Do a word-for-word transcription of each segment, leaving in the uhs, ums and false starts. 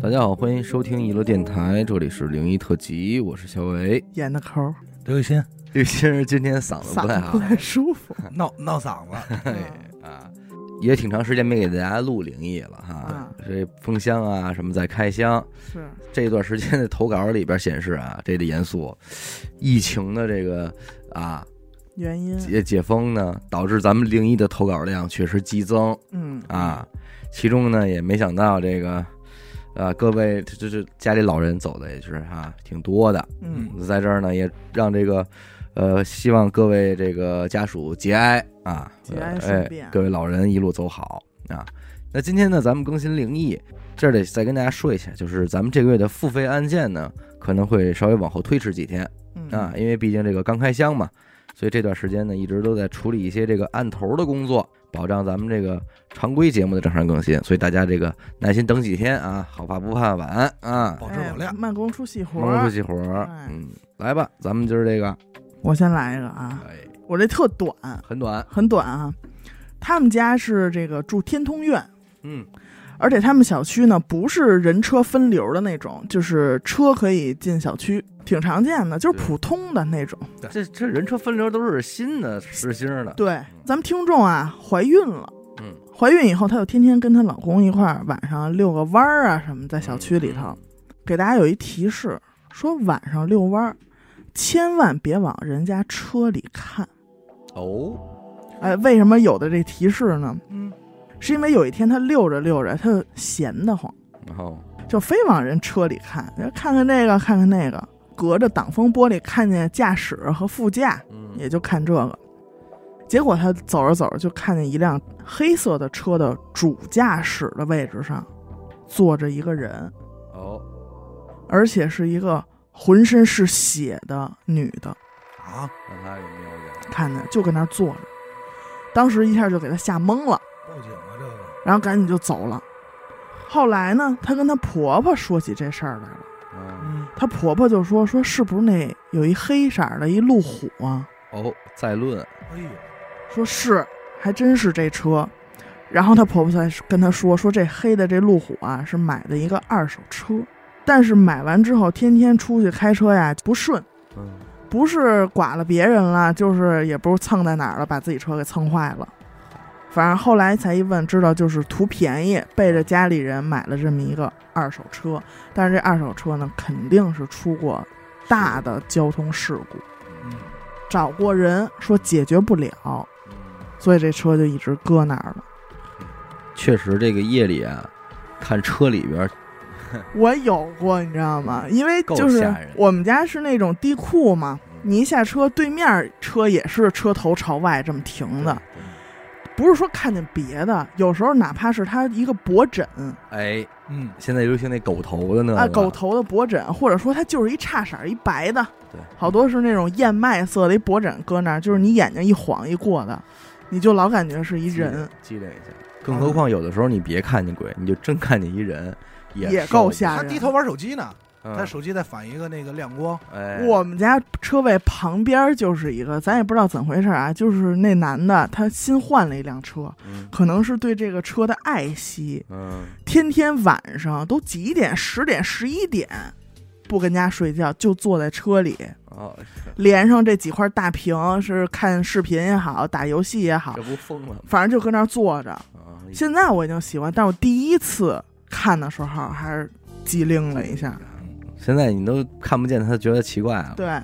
大家好，欢迎收听娱乐电台，这里是灵异特辑，我是小伟。 演的抠刘雨欣， 刘雨欣今天嗓子不太好， 不太舒服， 闹闹嗓子。 哎啊，也挺长时间没给大家录灵异了哈。啊、这封箱啊什么在开箱， 是这段时间的投稿里边显示啊，这得严肃，疫情的这个啊原因解解封呢，导致咱们灵异的投稿量确实激增。 嗯啊，其中呢也没想到这个。啊，各位，这这家里老人走的也是啊，挺多的。 嗯， 在这儿呢，也让这个，呃，希望各位这个家属节哀啊， 节哀顺变、 呃哎，各位老人一路走好啊。那今天呢，咱们更新灵异，这儿得再跟大家说一下，就是咱们这个月的付费案件呢，可能会稍微往后推迟几天、 嗯、 啊，因为毕竟这个刚开箱嘛，所以这段时间呢，一直都在处理一些这个案头的工作。保障咱们这个常规节目的正常更新，所以大家这个耐心等几天啊，好怕不怕晚啊， 保质保量， 哎、慢工出细活， 慢工出细活。 哎、 嗯，来吧，咱们今儿这个， 我先来一个啊， 哎、 我这特短， 很短， 很短啊。他们家是这个住天通苑， 嗯， 而且他们小区呢不是人车分流的那种，就是车可以进小区。挺常见的，就是普通的那种。 这这人车分流都是新的实心的。 对，咱们听众啊，怀孕了， 嗯， 怀孕以后，她就天天跟她老公一块儿晚上遛个弯儿啊什么，在小区里头。嗯、给大家有一提示，说晚上遛弯儿，千万别往人家车里看。 哦， 哎，为什么有的这提示呢？ 嗯， 是因为有一天她遛着遛着，她就闲得慌， 然后就非往人车里看，看看这个，看看那个。隔着挡风玻璃看见驾驶和副驾，也就看这个。结果他走着走着就看见一辆黑色的车的主驾驶的位置上坐着一个人， 哦， 而且是一个浑身是血的女的啊， 让他给瞄见， 看见就跟那坐着，当时一下就给他吓懵了， 报警了这个， 然后赶紧就走了。后来呢，她跟她婆婆说起这事儿来了。 嗯， 她婆婆就说说是不是那有一黑色的一路虎啊？ 哦，再论， 哎呦， 说是，还真是这车。然后她婆婆才跟她说说这黑的这路虎啊是买的一个二手车，但是买完之后天天出去开车呀不顺， 嗯， 不是剐了别人了，就是也不是蹭在哪儿了，把自己车给蹭坏了。反正后来才一问，知道就是图便宜，背着家里人买了这么一个二手车，但是这二手车呢，肯定是出过大的交通事故， 嗯， 找过人说解决不了，所以这车就一直搁那儿了。 确实，这个夜里啊，看车里边， 我有过，你知道吗？因为就是我们家是那种地库嘛，你一下车，对面车也是车头朝外这么停的。不是说看见别的，有时候哪怕是他一个脖枕， 哎， 嗯， 现在流行那狗头的呢， 啊，狗头的脖枕，或者说它就是一差色一白的， 对， 好多是那种燕麦色的一脖枕搁那儿，就是你眼睛一晃一过的，你就老感觉是一人， 激灵一下。更何况有的时候你别看见鬼，你就真看见一人，也也够吓人。 他低头玩手机呢。 嗯、 他手机在反一个那个亮光， 哎， 我们家车位旁边就是一个，咱也不知道怎么回事啊，就是那男的他新换了一辆车， 嗯、 可能是对这个车的爱惜， 嗯， 天天晚上都几点，十点、十一点，不跟家睡觉，就坐在车里， 哦， 连上这几块大屏，是看视频也好，打游戏也好， 这不疯了， 反正就搁那儿坐着。 啊、 现在我已经习惯，但我第一次看的时候还是机灵了一下。 现在你都看不见他，觉得奇怪了。 对，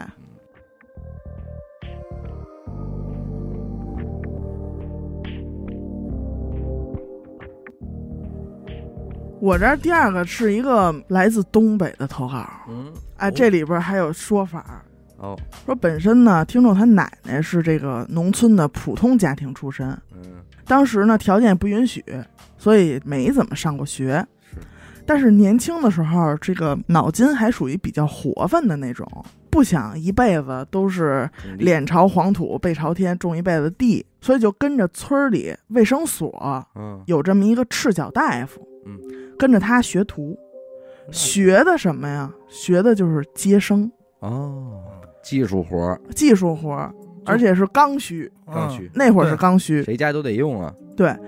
我这第二个是一个来自东北的投稿， 嗯， 哎，这里边还有说法哦， 说本身呢，听众他奶奶是这个农村的普通家庭出身， 嗯， 当时呢条件不允许，所以没怎么上过学。但是年轻的时候，这个脑筋还属于比较活泛的那种，不想一辈子都是脸朝黄土背朝天种一辈子地，所以就跟着村里卫生所， 嗯， 有这么一个赤脚大夫， 嗯， 跟着他学徒，学的什么呀？学的就是接生哦，技术活， 技术活，而且是刚需， 刚需， 那会儿是刚需， 谁家都得用啊。 对。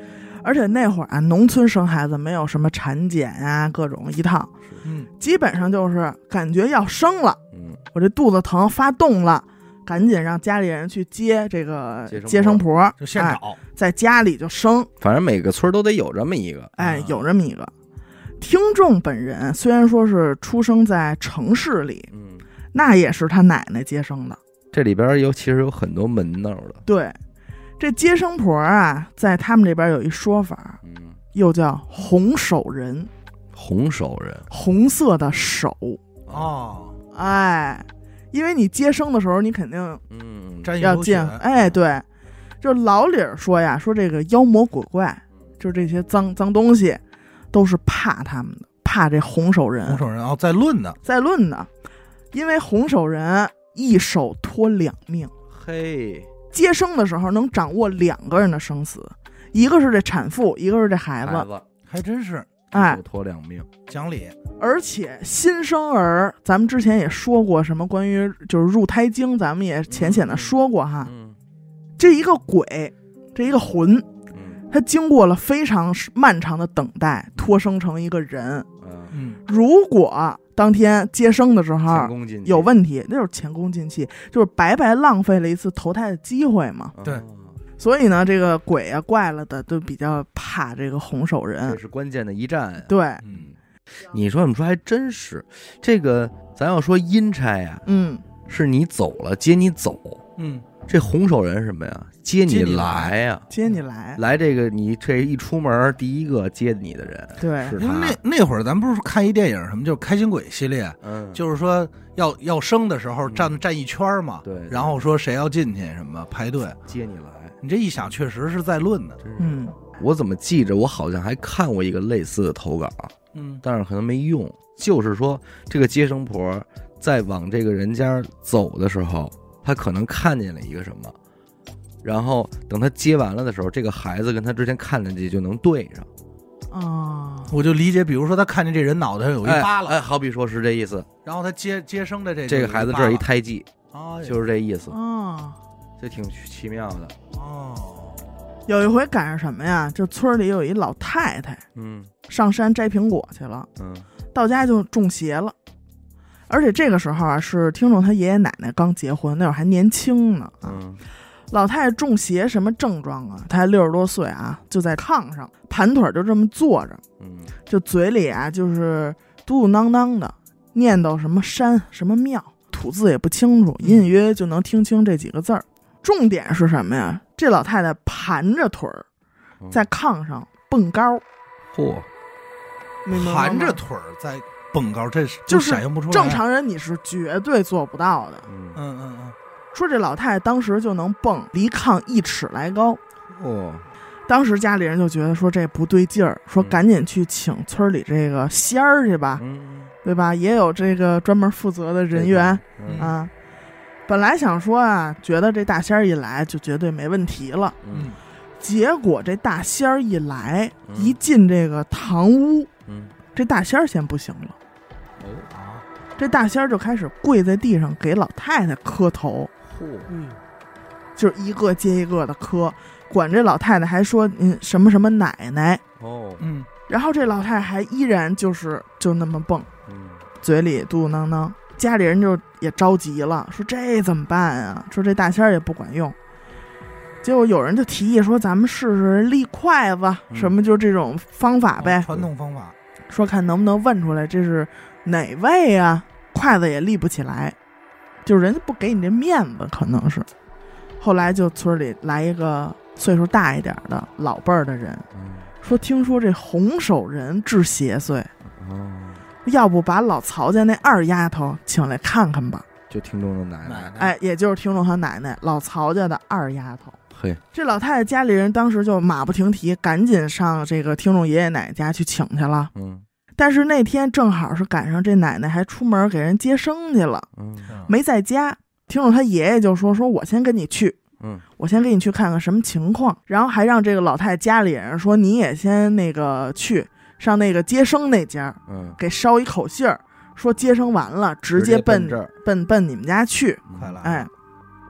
而且那会儿啊，农村生孩子没有什么产检啊，各种一套， 嗯， 基本上就是感觉要生了， 嗯， 我这肚子疼发动了，赶紧让家里人去接这个接生婆接生婆， 就现哎， 找， 在家里就生， 反正每个村都得有这么一个， 哎啊， 有这么一个。听众本人虽然说是出生在城市里， 嗯， 那也是他奶奶接生的。 这里边有其实有很多门道的， 对，这接生婆啊，在他们这边有一说法， 嗯， 又叫红手人， 红手人， 红色的手， 哦， 哎，因为你接生的时候，你肯定嗯， 沾一要见， 手血， 哎，对，就老理儿说呀，说这个妖魔鬼怪，就是这些脏脏东西，都是怕他们的，怕这红手人。 红手人哦，在论的， 在论的，因为红手人一手托两命， 嘿， 接生的时候能掌握两个人的生死，一个是这产妇，一个是这孩子， 孩子， 还真是哎一手，托两命， 讲理， 而且新生儿，咱们之前也说过什么关于就是入胎经，咱们也浅显的说过哈。 嗯这一个鬼，这一个魂， 嗯他经过了非常漫长的等待，托生成一个人。 嗯， 嗯， 如果当天接生的时前候功尽弃有问题，那就是前功尽弃，就是白白浪费了一次投胎的机会嘛。 对哦所以呢，这个鬼啊怪了的都比较怕这个红手人这。是关键的一战啊。 对， 嗯， 你说怎么说还真是，这个咱要说阴差呀， 嗯， 是你走了接你走， 嗯， 这红手人是什么呀？接你接你来呀， 接你来。 来这个你这一出门第一个接你的人对， 是他， 因为那那会儿咱不是看一电影什么，就是《开心鬼》系列， 嗯， 就是说要要生的时候嗯站站一圈嘛， 对， 然后说谁要进去什么排队， 接你来， 你这一想确实是在论的， 真是。 嗯， 我怎么记着我好像还看过一个类似的投稿， 嗯但是可能没用。就是说，这个接生婆在往这个人家走的时候，她可能看见了一个什么，然后等她接完了的时候，这个孩子跟她之前看见的就能对上。 啊， 我就理解，比如说他看见这人脑袋上有一疤了， 哎，哎好比说是这意思。 然后他接接生的这这个孩子这儿一胎记， 啊， 就是这意思， 啊， 这挺奇妙的。 哦， 有一回赶上什么呀？就村里有一老太太嗯上山摘苹果去了， 嗯到家就中邪了。而且这个时候啊，是听众他爷爷奶奶刚结婚，那会儿还年轻呢啊。 嗯老太太中邪什么症状啊？她还六十多岁啊，就在炕上盘腿就这么坐着， 嗯就嘴里啊就是嘟嘟囔囔的念叨什么山什么庙，吐字也不清楚，隐隐约约就能听清这几个字儿。重点是什么呀？这老太太盘着腿儿嗯， 在炕上蹦高， 嚯， 明白吗盘着腿儿在蹦高，这是就是闪现不出来。 正常人你是绝对做不到的。 嗯嗯嗯说这老太太当时就能蹦离炕一尺来高， 嚯， 当时家里人就觉得说这不对劲儿，说嗯赶紧去请村里这个仙儿去吧， 嗯对吧？也有这个专门负责的人员嗯啊。本来想说啊，觉得这大仙儿一来就绝对没问题了， 嗯结果这大仙儿一来， 嗯一进这个堂屋， 嗯这大仙儿先不行了， 哦啊， 这大仙儿就开始跪在地上给老太太磕头， 嚯， 嗯就是一个接一个的磕，管这老太太还说嗯什么什么奶奶， 哦嗯然后这老太太还依然就是就那么蹦， 嗯嘴里嘟嘟囔囔，家里人就也着急了，说这怎么办啊？说这大仙儿也不管用。结果有人就提议说，咱们试试立筷子， 嗯什么就这种方法呗， 传统方法， 说看能不能问出来这是哪位啊？筷子也立不起来，就人家不给你这面子，可能是。后来就村里来一个岁数大一点的老辈儿的人， 嗯说听说这红手人治邪祟， 哦， 要不把老曹家那二丫头请来看看吧？ 就听众的奶奶， 奶奶， 哎，也就是听众他奶奶老曹家的二丫头。 嘿， 这老太太家里人当时就马不停蹄，赶紧上这个听众爷爷奶奶家去请去了。 嗯但是那天正好是赶上这奶奶还出门给人接生去了， 嗯没在家。听众他爷爷就说：“说我先跟你去， 嗯我先跟你去看看什么情况。”然后还让这个老太太家里人说：“你也先那个去上那个接生那家， 嗯， 给捎一口信儿，说接生完了直接奔这儿， 奔奔你们家去。” 快来， 哎，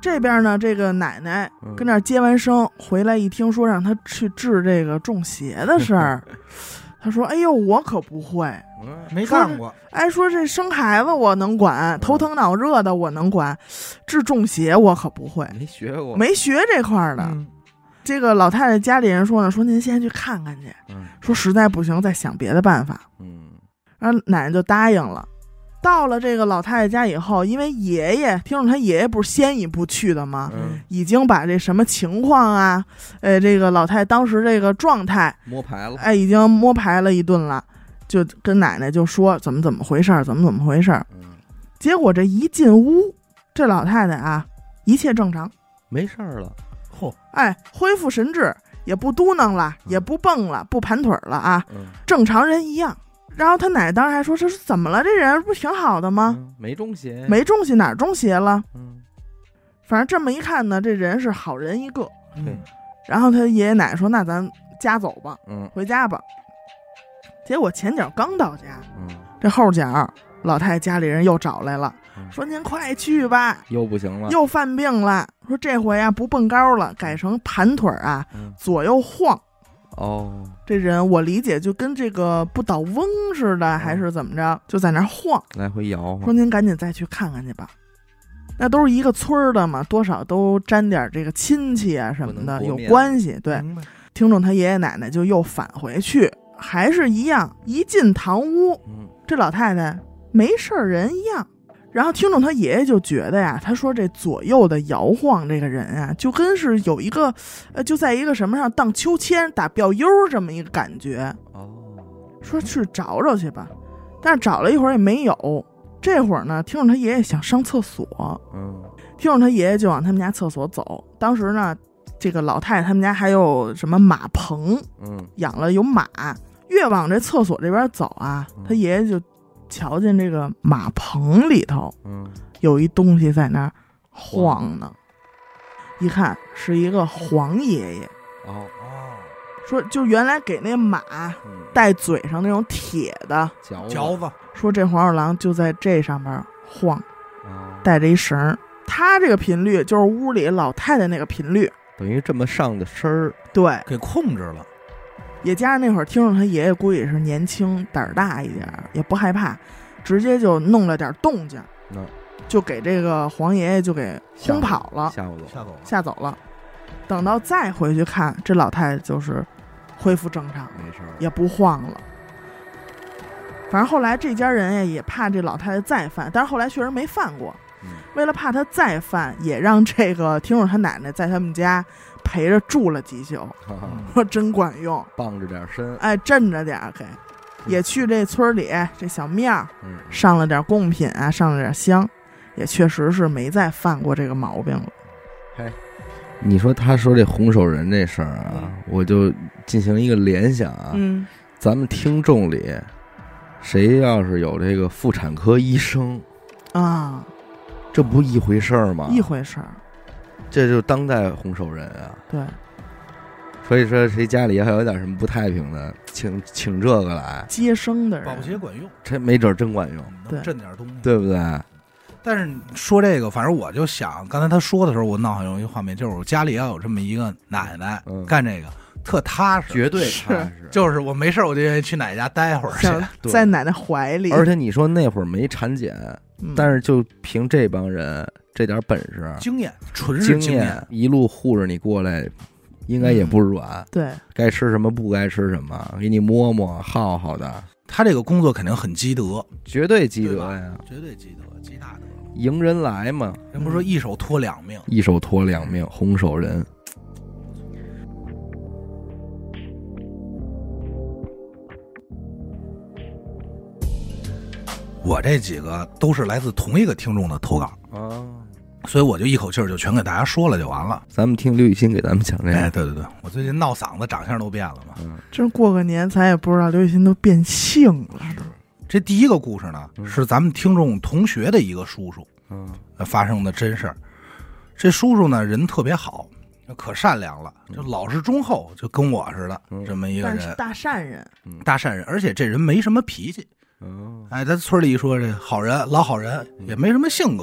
这边呢，这个奶奶跟那儿接完生回来，一听说让他去治这个中邪的事儿，他说：“哎呦，我可不会， 没干过。 哎，说这生孩子我能管，头疼脑热的我能管，治中邪我可不会， 没学过， 没学这块儿的。 嗯” 这个老太太家里人说呢，说您先去看看去， 嗯说实在不行再想别的办法。 嗯， 然后奶奶就答应了。到了这个老太太家以后，因为爷爷听说他爷爷不是先一步去的吗？ 嗯， 已经把这什么情况啊，呃，这个老太太当时这个状态， 摸牌了， 哎，已经摸排了一顿了，就跟奶奶就说怎么怎么回事儿，怎么怎么回事儿。 嗯， 结果这一进屋，这老太太啊，一切正常， 没事儿了， 嚯， 哎，恢复神智，也不嘟囔了，也不蹦了，不盘腿了啊， 嗯， 正常人一样。然后他奶奶当时还说：“这是怎么了？这人不挺好的吗？ 嗯没中邪， 没中邪哪儿中邪了？ 嗯， 反正这么一看呢，这人是好人一个。 嗯， 然后他爷爷奶奶说：‘那咱家走吧， 嗯回家吧。’结果前脚刚到家， 嗯， 这后脚老太太家里人又找来了， 嗯说：‘您快去吧， 又不行了， 又犯病了。’说这回啊不蹦高了，改成盘腿啊， 嗯左右晃。 哦， 这人我理解就跟这个不倒翁似的，还是怎么着，就在那儿晃。 来回摇晃， 说您赶紧再去看看去吧。那都是一个村儿的嘛，多少都沾点这个亲戚啊什么的，有不能过面关系。对， 明白听众他爷爷奶奶就又返回去，还是一样，一进堂屋， 嗯这老太太没事儿人一样。然后听众他爷爷就觉得呀，他说这左右的摇晃这个人啊，就跟是有一个，呃，就在一个什么上荡秋千、打吊悠这么一个感觉。 哦， 说去找找去吧，但是找了一会儿也没有。这会儿呢，听众他爷爷想上厕所， 嗯听众他爷爷就往他们家厕所走。当时呢，这个老太太他们家还有什么马棚， 嗯养了有马。越往这厕所这边走啊，他爷爷就瞧见这个马棚里头嗯， 有一东西在那儿晃呢，一看是一个黄爷爷。 哦哦， 说就原来给那马嗯， 带嘴上那种铁的， 嚼嚼子， 说这黄鼠狼就在这上面晃， 哦， 带着一绳儿。它这个频率就是屋里老太太那个频率， 等于这么上的身儿， 对， 给控制了。 也加上那会儿听着他爷爷估计是年轻胆儿大一点，也不害怕，直接就弄了点动静， 那就给这个黄爷爷就给轰跑了， 吓唬走， 吓走了， 吓走了。等到再回去看，这老太太就是恢复正常， 没事儿， 也不晃了。反正后来这家人呀也怕这老太太再犯，但是后来确实没犯过。 嗯为了怕她再犯，也让这个听众他奶奶在他们家陪着住了几宿， 哈哈， 说真管用， 傍着点身， 哎，镇着点儿给，也去这村里这小庙嗯， 上了点贡品啊，上了点香，也确实是没再犯过这个毛病了。 你说他说这红手人这事儿啊， 嗯我就进行一个联想啊， 嗯， 咱们听众里谁要是有这个妇产科医生， 啊， 这不一回事儿吗？ 一回事儿， 这就是当代红手人啊。 对， 所以说谁家里要有点什么不太平的，请请这个来， 接生的人， 保洁管用， 这没准真管用， 对能镇点东西。 对不对？ 但是说这个，反正我就想，刚才他说的时候，我脑海中有一个画面，就是我家里要有这么一个奶奶、 嗯干这个，特踏实， 绝对是踏实。 就是我没事儿我就愿意去奶奶家待会儿去。 像对在奶奶怀里， 而且你说那会儿没产检， 嗯但是就凭这帮人这点本事、 经验，纯是经经验。 一路护着你过来，应该也不软。 对， 该吃什么不该吃什么，给你摸摸耗耗的， 他这个工作肯定很积德， 绝对积对吧德呀， 绝对积德，积大德。 迎人来嘛， 人不是说一手托两命， 一手托两命，红手人。 我这几个都是来自同一个听众的投稿， 啊， 所以我就一口气儿就全给大家说了就完了。 咱们听刘雨欣给咱们讲这哎， 个， 对对对，我最近闹嗓子，长相都变了嘛。 嗯， 真过个年，咱也不知道刘雨欣都变性了。 这第一个故事呢， 嗯是咱们听众同学的一个叔叔嗯呃发生的真事儿。这叔叔呢人特别好，可善良了，就老实忠厚，就跟我似的、 嗯这么一个人， 但是大善人， 大善人，而且这人没什么脾气。 嗯哎，在村里一说这好人，老好人，也没什么性格。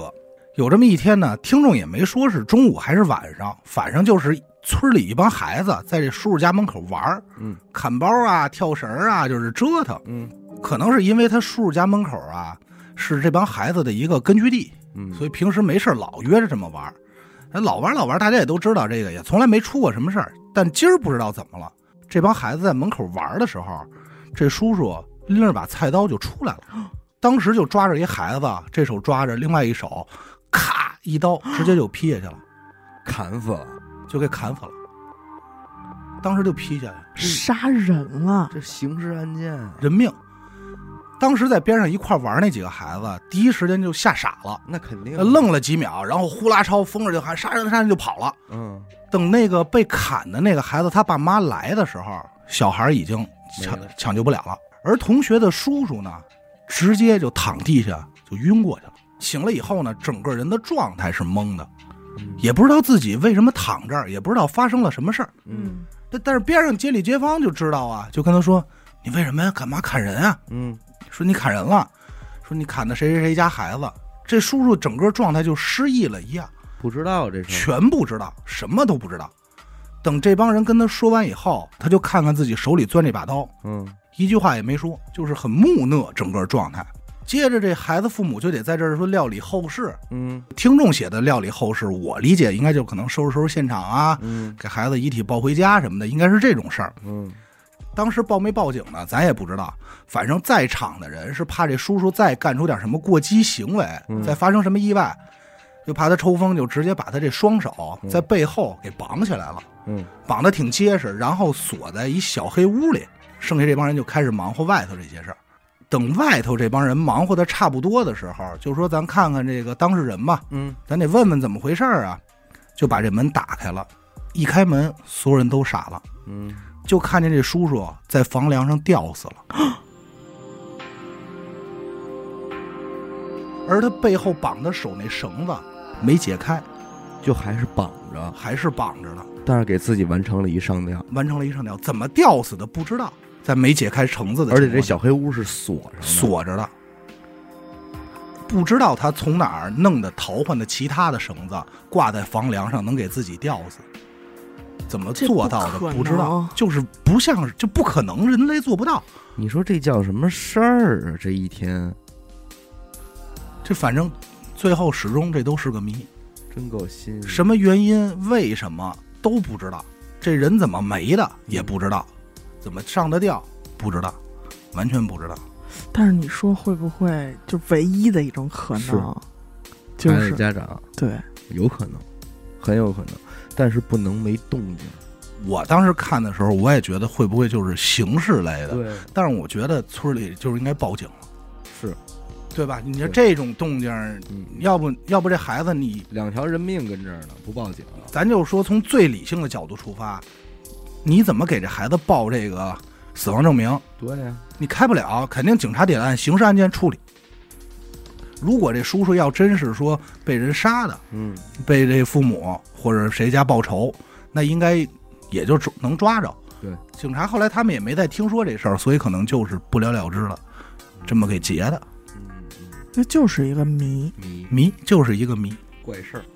有这么一天呢，听众也没说是中午还是晚上，反正就是村里一帮孩子在这叔叔家门口玩， 嗯， 砍包啊、跳绳啊，就是折腾。 嗯， 可能是因为他叔叔家门口啊是这帮孩子的一个根据地， 嗯， 所以平时没事老约着这么玩。老玩老玩，大家也都知道这个，也从来没出过什么事儿。但今儿不知道怎么了，这帮孩子在门口玩的时候，这叔叔拎着把菜刀就出来了，当时就抓着一孩子，这手抓着，另外一手咔一刀直接就劈下去了， 砍死了， 就给砍死了，当时就劈下去， 杀人了， 这刑事案件， 人命。当时在边上一块玩那几个孩子，第一时间就吓傻了， 那肯定愣了几秒，然后呼啦超疯着就喊杀人杀人就跑了。 嗯， 等那个被砍的那个孩子他爸妈来的时候，小孩已经抢抢救不了了，而同学的叔叔呢，直接就躺地下就晕过去了。醒了以后呢，整个人的状态是懵的，也不知道自己为什么躺这儿，也不知道发生了什么事儿。 嗯， 但但是边上街里街坊就知道啊，就跟他说：“你为什么呀？干嘛砍人啊？” 嗯， 说你砍人了，说你砍的谁谁谁家孩子。这叔叔整个状态就失忆了一样， 不知道这事， 全不知道，什么都不知道。等这帮人跟他说完以后，他就看看自己手里攥这把刀， 嗯， 一句话也没说，就是很木讷，整个状态。接着这孩子父母就得在这儿说料理后事， 嗯， 听众写的料理后事，我理解应该就可能收拾收拾现场啊， 嗯， 给孩子遗体抱回家什么的，应该是这种事儿。 嗯， 当时报没报警呢，咱也不知道。反正在场的人是怕这叔叔再干出点什么过激行为， 嗯、 再发生什么意外，就怕他抽风，就直接把他这双手在背后给绑起来了， 嗯， 绑得挺结实，然后锁在一小黑屋里。剩下这帮人就开始忙活外头这些事儿。等外头这帮人忙活的差不多的时候，就说咱看看这个当事人吧， 嗯， 咱得问问怎么回事啊。就把这门打开了，一开门，所有人都傻了， 嗯， 就看见这叔叔在房梁上吊死了，而他背后绑的手那绳子没解开， 就还是绑着， 还是绑着的， 但是给自己完成了一上吊， 完成了一上吊，怎么吊死的不知道，在没解开绳子的情况下， 而且这小黑屋是锁上的， 锁着的，不知道他从哪儿弄的淘换的其他的绳子挂在房梁上，能给自己吊死。怎么做到的 不, 不知道，就是不像就不可能，人类做不到。 你说这叫什么事儿啊？这一天， 这反正最后始终这都是个谜， 真够新。 什么原因、为什么都不知道，这人怎么没的也不知道，怎么上的吊不知道，完全不知道。 但是你说会不会就唯一的一种可能，就是家长对， 有可能，很有可能。但是不能没动静。 我当时看的时候，我也觉得会不会就是刑事类的？ 对。 但是我觉得村里就是应该报警了， 是， 对吧？你说这种动静， 嗯， 要不要不这孩子你两条人命跟这儿呢，不报警了。 咱就说从最理性的角度出发，你怎么给这孩子报这个死亡证明？ 对呀， 你开不了，肯定警察得按刑事案件处理。如果这叔叔要真是说被人杀的， 嗯， 被这父母或者谁家报仇，那应该也就能抓着。 对， 警察后来他们也没再听说这事儿，所以可能就是不了了之了，这么给结的。 嗯嗯， 那就是一个谜， 谜谜就是一个谜， 怪事儿。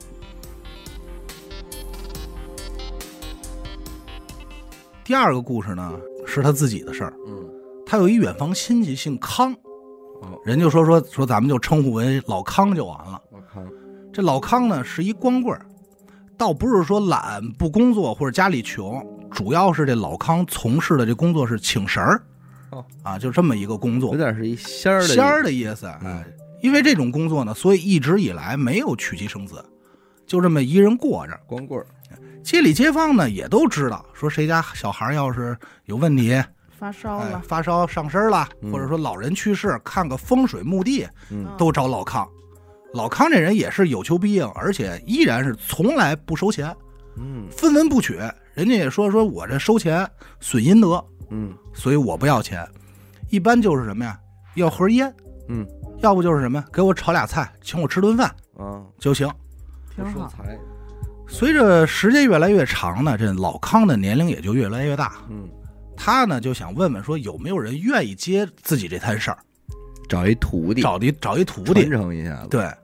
第二个故事呢，是他自己的事儿。 嗯， 他有一远房亲戚姓康。人就说说说咱们就称呼为老康就完了。 老康，这老康呢是一光棍，倒不是说懒不工作或者家里穷，主要是这老康从事的这工作是请神儿， 哦啊，就这么一个工作， 有点是一仙儿的仙儿的意思。哎、 嗯， 因为这种工作呢，所以一直以来没有娶妻生子，就这么一人过着。 光棍儿， 街里街坊呢也都知道，说谁家小孩要是有问题。 发烧了、 哎，发烧上身了、 嗯， 或者说老人去世，看个风水墓地， 嗯， 都找老康。老康这人也是有求必应，而且依然是从来不收钱， 嗯， 分文不取。人家也说说我这收钱损阴德， 嗯， 所以我不要钱。一般就是什么呀，要盒烟， 嗯， 要不就是什么呀，给我炒俩菜，请我吃顿饭啊就行， 挺好。 随着时间越来越长呢，这老康的年龄也就越来越大， 嗯。 他呢就想问问说有没有人愿意接自己这摊事儿， 找一徒弟， 找一找一徒弟传承一下子。 对，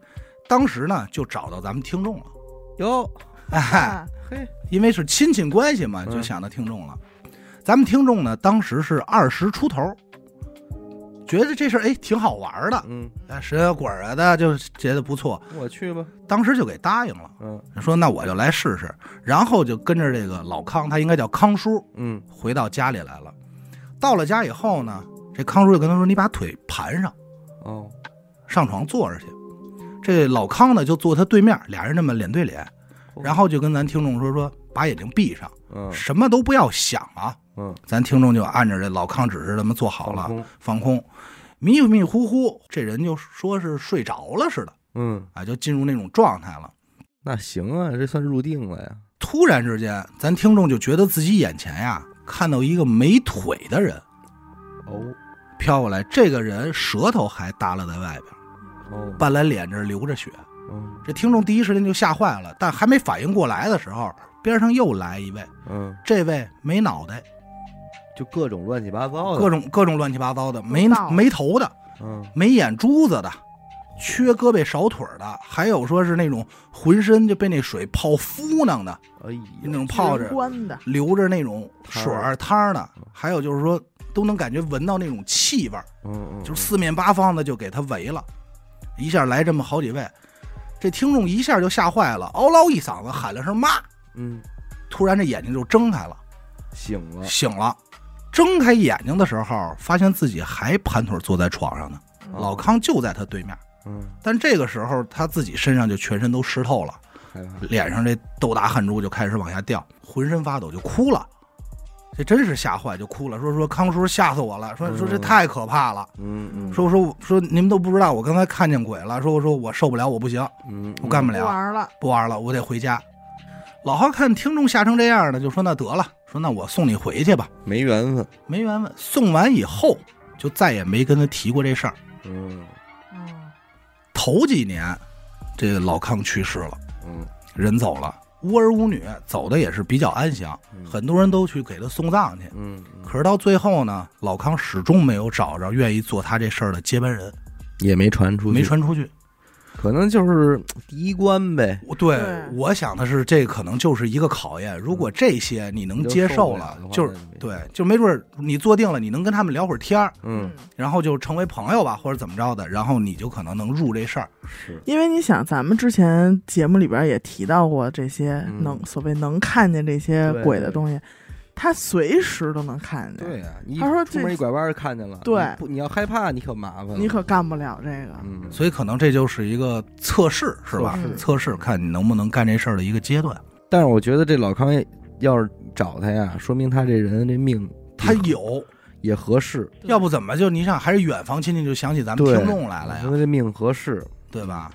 当时呢就找到咱们听众了。 哟， 哎， 嘿， 因为是亲戚关系嘛，就想到听众了。嗯、咱们听众呢，当时是二十出头，觉得这事儿哎挺好玩的， 嗯， 神啊鬼啊的，就觉得不错。 我去吧， 当时就给答应了。 嗯， 说那我就来试试，然后就跟着这个老康，他应该叫康叔， 嗯， 回到家里来了。到了家以后呢，这康叔就跟他说：“你把腿盘上， 哦， 上床坐着去。”这老康呢就坐他对面，俩人这么脸对脸，然后就跟咱听众说说把眼睛闭上， 嗯， 什么都不要想啊， 嗯， 咱听众就按着这老康指示这么做好了， 放空， 放空，迷迷糊糊，这人就说是睡着了似的， 嗯， 啊，就进入那种状态了。 那行啊，这算入定了呀。 突然之间，咱听众就觉得自己眼前呀看到一个没腿的人， 哦， 飘过来，这个人舌头还耷拉在外边。 哦， 半来脸这流着血， 嗯， 这听众第一时间就吓坏了，但还没反应过来的时候，边上又来一位， 嗯， 这位没脑袋， 就各种乱七八糟的， 各种各种乱七八糟的，没没头的， 嗯， 没眼珠子的，缺胳膊少腿的，还有说是那种浑身就被那水泡敷弄的， 哎呀， 那种泡着流着那种水汤的，还有就是说都能感觉闻到那种气味， 嗯嗯， 就四面八方的就给他围了。一下来这么好几位，这听众一下就吓坏了，嗷唠一嗓子喊了声妈， 嗯， 突然这眼睛就睁开了， 醒了， 醒了，睁开眼睛的时候，发现自己还盘腿坐在床上呢， 嗯、 老康就在他对面， 嗯， 但这个时候他自己身上就全身都湿透了，脸上这豆大汗珠就开始往下掉，浑身发抖就哭了。这真是吓坏，就哭了，说说康叔吓死我了，说说这太可怕了， 嗯嗯， 说说说你们都不知道，我刚才看见鬼了，说我说我受不了，我不行， 嗯， 我干不了， 不玩了， 不玩了，我得回家。老浩看听众吓成这样的，就说那得了，说那我送你回去吧， 没缘分， 没缘分。送完以后就再也没跟他提过这事儿。 嗯嗯， 头几年这个老康去世了， 嗯， 人走了。无儿无女，走的也是比较安详， 嗯、 很多人都去给他送葬去。 嗯， 可是到最后呢，老康始终没有找着愿意做他这事儿的接班人， 也没传出去， 没传出去， 可能就是第一关呗。 对，对我想的是，这可能就是一个考验。如果这些你能接受了， 嗯、 就是对，就没准你坐定了，你能跟他们聊会儿天儿， 嗯， 然后就成为朋友吧，或者怎么着的，然后你就可能能入这事儿。 是因为你想，咱们之前节目里边也提到过这些能、嗯、所谓能看见这些鬼的东西，他随时都能看见。 对呀、啊，你他说出门一拐弯看见了， 对， 你, 你要害怕，你可麻烦了， 你可干不了这个。 嗯， 所以可能这就是一个测试，是吧？ 测试, 测试看你能不能干这事儿的一个阶段。 但是我觉得这老康要是找他呀，说明他这人这命他有。 也合适， 要不怎么就你想还是远房亲戚就想起咱们听众来了呀？ 因为这命合适， 对吧？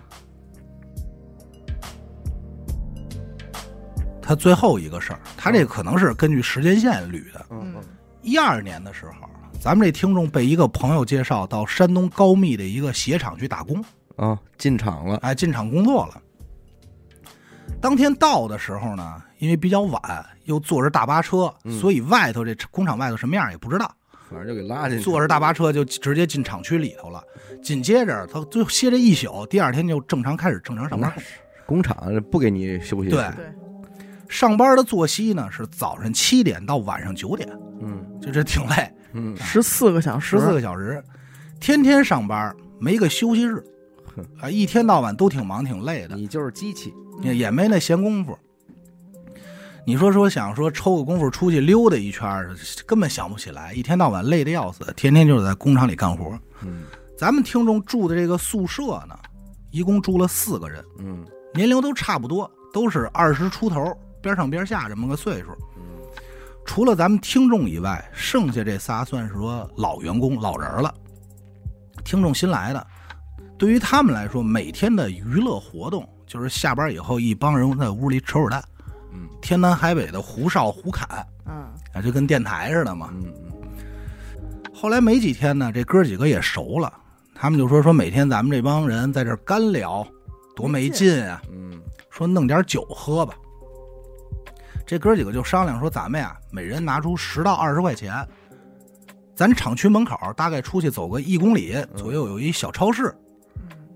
他最后一个事儿，他这可能是根据时间线捋的。 嗯， 一二年的时候，咱们这听众被一个朋友介绍到山东高密的一个鞋厂去打工啊、哦，进厂了， 哎，进厂工作了。当天到的时候呢，因为比较晚，又坐着大巴车， 嗯、 所以外头这工厂外头什么样也不知道。 反正就给拉进去， 坐着大巴车就直接进厂区里头了。紧接着他就歇这一宿，第二天就正常开始正常上班。 工厂不给你休息。 对，上班的作息呢是早上七点到晚上九点， 嗯， 就这挺累， 嗯， 十四个小时， 十四个小时，天天上班，没个休息日，啊，一天到晚都挺忙挺累的。 你就是机器， 也也没那闲工夫。你说说想说抽个功夫出去溜达一圈，根本想不起来，一天到晚累得要死，天天就是在工厂里干活。 嗯， 咱们听众住的这个宿舍呢，一共住了四个人， 嗯， 年龄都差不多，都是二十出头，边上边下这么个岁数。 嗯， 除了咱们听众以外，剩下这仨算是说老员工、老人了。听众新来的，对于他们来说，每天的娱乐活动就是下班以后一帮人在屋里扯扯淡。 嗯， 天南海北的胡哨胡侃， 嗯， 啊，就跟电台似的嘛。 嗯嗯。 后来没几天呢，这哥几个也熟了，他们就说说每天咱们这帮人在这儿干聊，多没劲啊。 嗯， 说弄点酒喝吧。这哥几个就商量说，咱们呀，每人拿出十到二十块钱，咱厂区门口大概出去走个一公里左右有一小超市，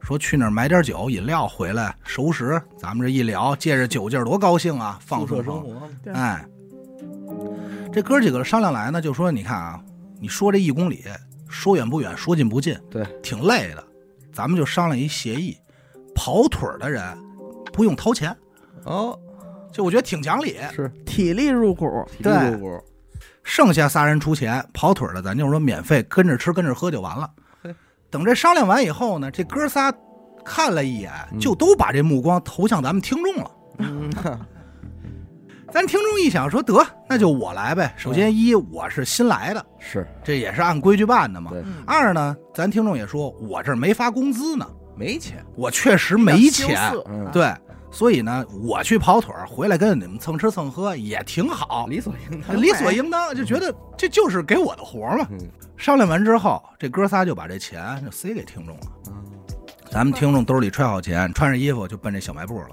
说去那儿买点酒饮料回来熟食，咱们这一聊，借着酒劲儿多高兴啊，放松生活。 哎，这哥几个商量来呢，就说你看啊，你说这一公里说远不远，说近不近， 对， 挺累的，咱们就商量一协议，跑腿的人不用掏钱。 哦， 就我觉得挺讲理， 是体力入股， 体力入股， 剩下仨人出钱，跑腿的咱就是说免费跟着吃跟着喝就完了。等这商量完以后呢，这哥仨看了一眼， 嗯、 就都把这目光投向咱们听众了。 嗯， 咱听众一想说得，那就我来呗。首先一，我是新来的， 是这也是按规矩办的嘛。二呢，咱听众也说我这没发工资呢， 没钱， 我确实没钱， 嗯、 对。所以呢，我去跑腿回来跟你们蹭吃蹭喝也挺好， 理所应当， 理所应当，就觉得这就是给我的活嘛。 嗯、 商量完之后，这哥仨就把这钱就塞给听众了。 嗯、 咱们听众兜里揣好钱，穿上衣服就奔这小卖部了。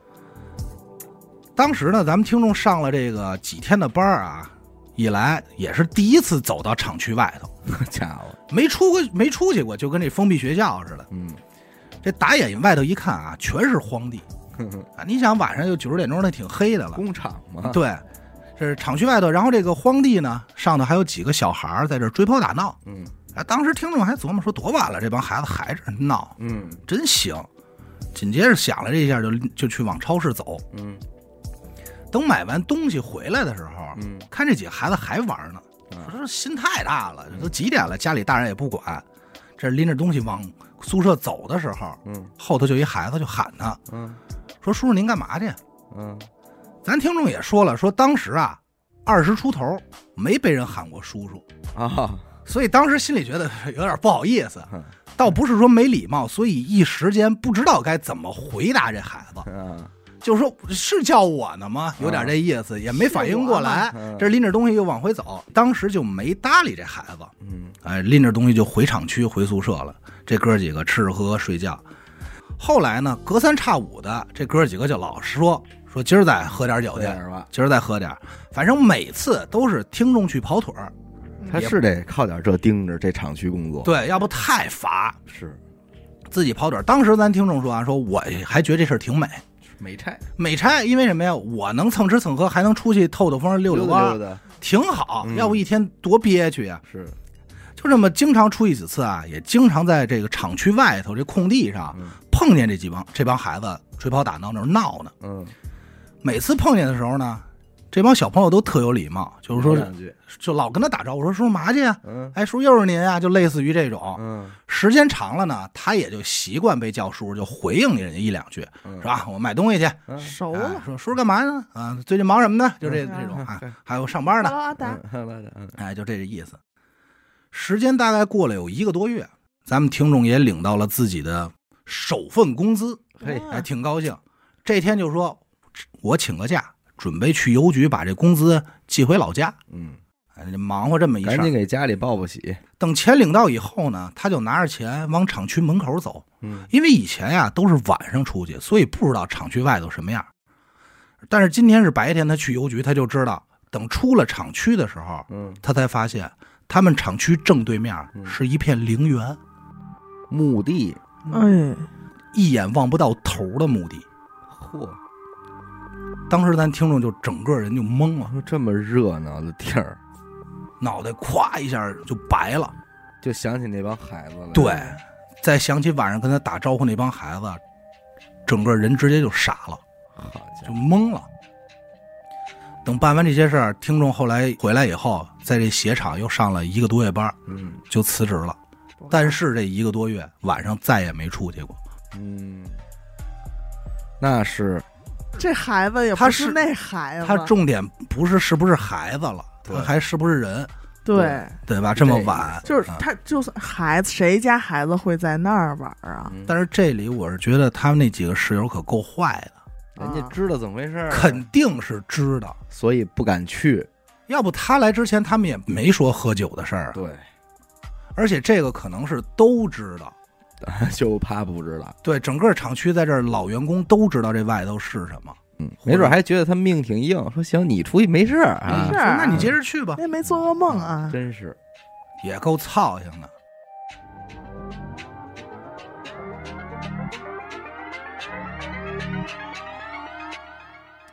当时呢，咱们听众上了这个几天的班啊，一来也是第一次走到厂区外头， 家伙没出过没出去过，就跟这封闭学校似的。 嗯， 这打眼外头一看啊，全是荒地。啊，你想晚上就九十点钟，那挺黑的了。 工厂嘛， 对，这是厂区外头。然后这个荒地呢，上头还有几个小孩在这追跑打闹。 嗯， 啊，当时听众还琢磨说，多晚了，这帮孩子还这闹， 嗯， 真行。紧接着想了这一下就，就就去往超市走。 嗯， 等买完东西回来的时候， 嗯， 看这几个孩子还玩呢。我说心太大了，都几点了，家里大人也不管。这拎着东西往宿舍走的时候， 嗯， 后头就一孩子就喊他， 嗯。 说叔叔您干嘛去？ 嗯， 咱听众也说了，说当时啊二十出头没被人喊过叔叔啊， 所以当时心里觉得有点不好意思，倒不是说没礼貌，所以一时间不知道该怎么回答这孩子。 嗯， 就是说是叫我呢吗？有点这意思，也没反应过来。这拎着东西又往回走，当时就没搭理这孩子。 嗯， 哎，拎着东西就回厂区回宿舍了。这哥几个吃吃喝喝睡觉。后来呢，隔三差五的，这哥几个就老说说今儿再喝点酒去，今儿再喝点，反正每次都是听众去跑腿儿， 他是得靠点这盯着这厂区工作， 对，要不太乏， 是自己跑腿儿。当时咱听众说啊，说我还觉得这事儿挺美， 美差美差，因为什么呀？我能蹭吃蹭喝，还能出去透透风、溜溜弯，挺好。 嗯、 要不一天多憋屈呀、啊。 是。 就这么经常出去几次啊，也经常在这个厂区外头这空地上、嗯、碰见这几帮这帮孩子追跑打闹那儿闹呢。 嗯， 每次碰见的时候呢，这帮小朋友都特有礼貌，就是说就老跟他打招呼，说叔叔嘛去呀？ 嗯， 哎，叔叔又是您啊，就类似于这种。 嗯， 时间长了呢，他也就习惯被叫叔叔，就回应人家一两句， 嗯、 是吧？我买东西去， 嗯、 熟了、 哎。说叔叔干嘛呢？啊，最近忙什么呢？就这、嗯、这种啊，还有上班呢。 嗯、 哎，就这个意思。时间大概过了有一个多月，咱们听众也领到了自己的首份工资， 嘿， 还挺高兴。这天就说，我请个假，准备去邮局把这工资寄回老家。 嗯， 哎，忙活这么一事， 赶紧给家里报报喜。 等钱领到以后呢，他就拿着钱往厂区门口走。 嗯， 因为以前呀都是晚上出去，所以不知道厂区外头什么样。但是今天是白天，他去邮局，他就知道。等出了厂区的时候， 嗯， 他才发现。他们厂区正对面是一片陵园， 墓地， 哎， 一眼望不到头的墓地。 嚯！ 当时咱听众就整个人就懵了， 说这么热闹的地儿， 脑袋咵一下就白了， 就想起那帮孩子了。 对，再想起晚上跟他打招呼那帮孩子，整个人直接就傻了， 好家伙， 就懵了。等办完这些事儿，听众后来回来以后，在这鞋厂又上了一个多月班， 嗯， 就辞职了。但是这一个多月晚上再也没出去过。 嗯，那是这孩子也不是那孩子， 他重点不是是不是孩子了，他还是不是人， 对对吧？这么晚， 就是他就算孩子，谁家孩子会在那儿玩啊？ 但是这里我是觉得他们那几个室友可够坏的。 人家知道怎么回事， 肯定是知道， 所以不敢去。 要不他来之前，他们也没说喝酒的事儿。 对， 而且这个可能是都知道， 就怕不知道。 对，整个厂区在这儿老员工都知道这外头是什么。 嗯，没准还觉得他命挺硬，说行，你出去没事儿啊， 没事， 那你接着去吧。 也没做噩梦啊， 真是， 也够操心的。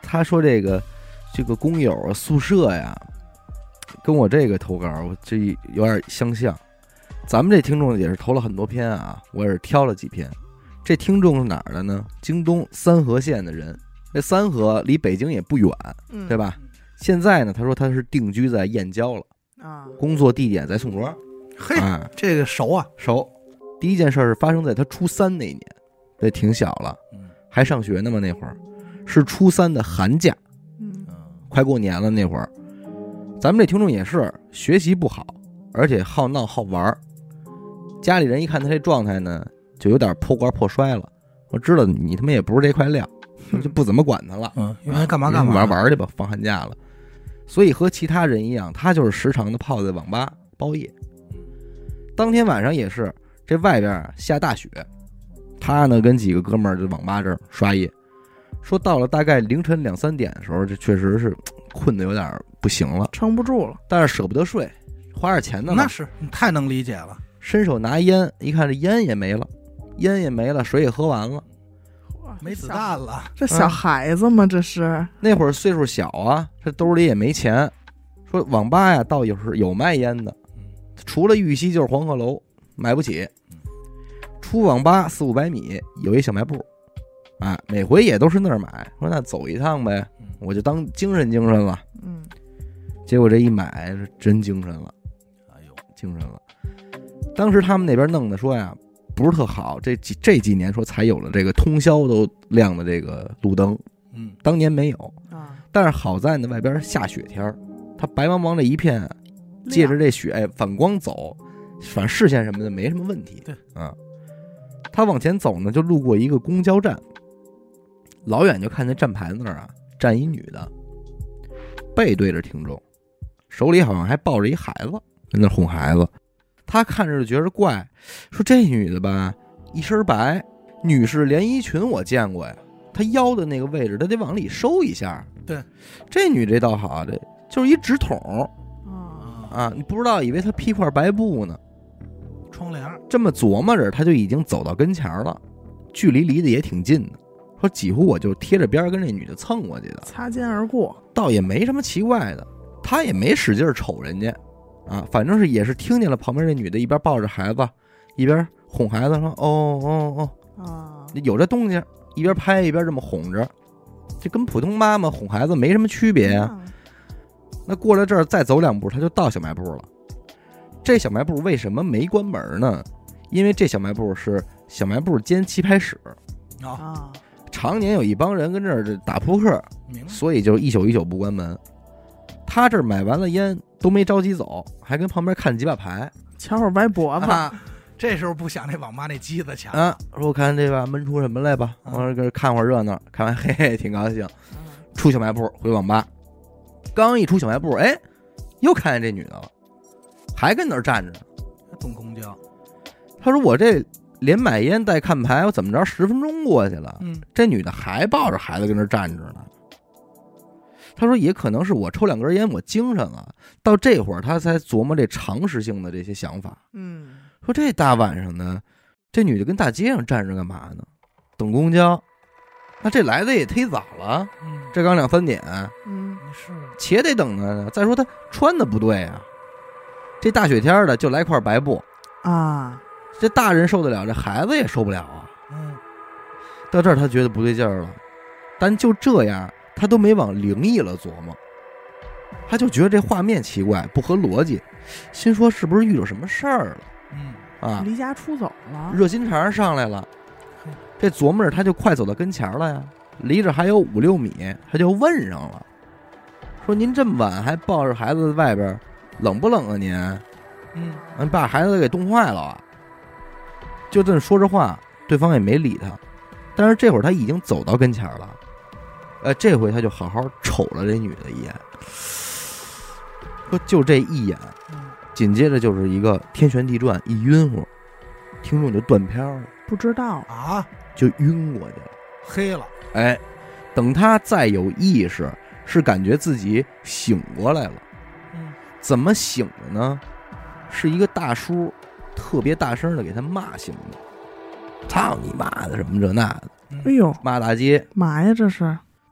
他说这个这个工友啊宿舍呀，跟我这个投稿我这有点相像。咱们这听众也是投了很多篇啊，我也是挑了几篇。这听众是哪儿的呢？京东三河县的人。这三河离北京也不远， 嗯， 对吧？现在呢，他说他是定居在燕郊了， 啊， 工作地点在宋庄。 嘿， 啊， 这个熟啊， 熟。第一件事是发生在他初三那一年，这挺小了，还上学呢嘛，那会儿是初三的寒假， 嗯， 快过年了那会儿。咱们这听众也是学习不好，而且好闹好玩，家里人一看他这状态呢，就有点破罐破摔了。我知道你他妈也不是这块料，就不怎么管他了。 嗯，原来干嘛干嘛玩玩去吧，放寒假了。所以和其他人一样，他就是时常的泡在网吧包夜。当天晚上也是，这外边下大雪，他呢跟几个哥们儿就网吧这儿刷夜。说到了大概凌晨两三点的时候，这确实是困得有点不行了， 撑不住了， 但是舍不得睡，花点钱呢。 那是太能理解了。 伸手拿烟，一看这烟也没了，烟也没了，水也喝完了， 没子弹了。 这小孩子嘛，这是那会儿岁数小啊，这兜里也没钱。说网吧呀，倒有时有卖烟的，除了玉溪就是黄鹤楼，买不起。出网吧四五百米有一小卖部，啊，每回也都是那儿买。说那走一趟呗，我就当精神精神了。 嗯， 结果这一买是真精神了， 哎呦， 精神了。当时他们那边弄的说呀，不是特好，这几这几年说才有了这个通宵都亮的这个路灯， 嗯， 当年没有啊。 但是好在呢，外边下雪天儿，它白茫茫的一片，借着这雪哎反光走，反正视线什么的没什么问题。 对， 啊，他往前走呢，就路过一个公交站，老远就看见站牌那儿啊站一女的，背对着听众，手里好像还抱着一孩子，在那哄孩子。他看着就觉得怪，说这女的吧，一身白，女士连衣裙我见过呀，她腰的那个位置，她得往里收一下。 对， 这女这倒好，这就是一纸筒啊啊，你不知道以为她披块白布呢。 窗帘这么琢磨着，他就已经走到跟前了，距离离得也挺近的，说几乎我就贴着边跟这女的蹭过去的， 擦肩而过， 倒也没什么奇怪的，他也没使劲瞅人家。啊，反正是也是听见了旁边这女的一边抱着孩子，一边哄孩子说哦哦哦啊， 有这动静，一边拍一边这么哄着，这跟普通妈妈哄孩子没什么区别呀、啊。那过了这儿再走两步，他就到小卖部了。这小卖部为什么没关门呢？因为这小卖部是小卖部兼棋牌室啊， 常年有一帮人跟这儿打扑克，所以就一宿一宿不关门。他这儿买完了烟都没着急走，还跟旁边看几把牌， 瞧会儿歪脖子、 啊。这时候不想那网吧那机子强啊！说我看这把闷出什么来吧，我说这看会儿热闹，看完嘿嘿挺高兴。出小卖部回网吧，刚一出小卖部，哎，又看见这女的了，还跟那儿站着呢， 动公交。 他说我这连买烟带看牌，我怎么着十分钟过去了， 嗯， 这女的还抱着孩子跟那儿站着呢。他说也可能是我抽两根烟我精神了，到这会儿他才琢磨这常识性的这些想法。 嗯， 说这大晚上的，这女的跟大街上站着干嘛呢？等公交，那这来的也忒早了， 嗯， 这刚两三点， 嗯， 是且得等呢。再说他穿的不对啊，这大雪天的就来块白布啊， 这大人受得了，这孩子也受不了啊。 嗯， 到这儿他觉得不对劲儿了，但就这样。他都没往灵异了琢磨，他就觉得这画面奇怪，不合逻辑，心说是不是遇到什么事儿了？ 嗯啊， 离家出走了， 热心肠上来了。这琢磨着，他就快走到跟前了呀，离着还有五六米，他就问上了，说：“您这么晚还抱着孩子在外边，冷不冷啊您？ 嗯， 您把孩子给冻坏了啊？”就这么说着话，对方也没理他，但是这会儿他已经走到跟前了。呃，这回他就好好瞅了这女的一眼，说就这一眼，紧接着就是一个天旋地转，一晕乎，听众就断片了， 不知道啊， 就晕过去了， 黑了。 哎，等他再有意识，是感觉自己醒过来了。 嗯， 怎么醒的呢？是一个大叔特别大声的给他骂醒的，操你妈的什么这那的。 哎呦， 骂大街， 嘛呀这是？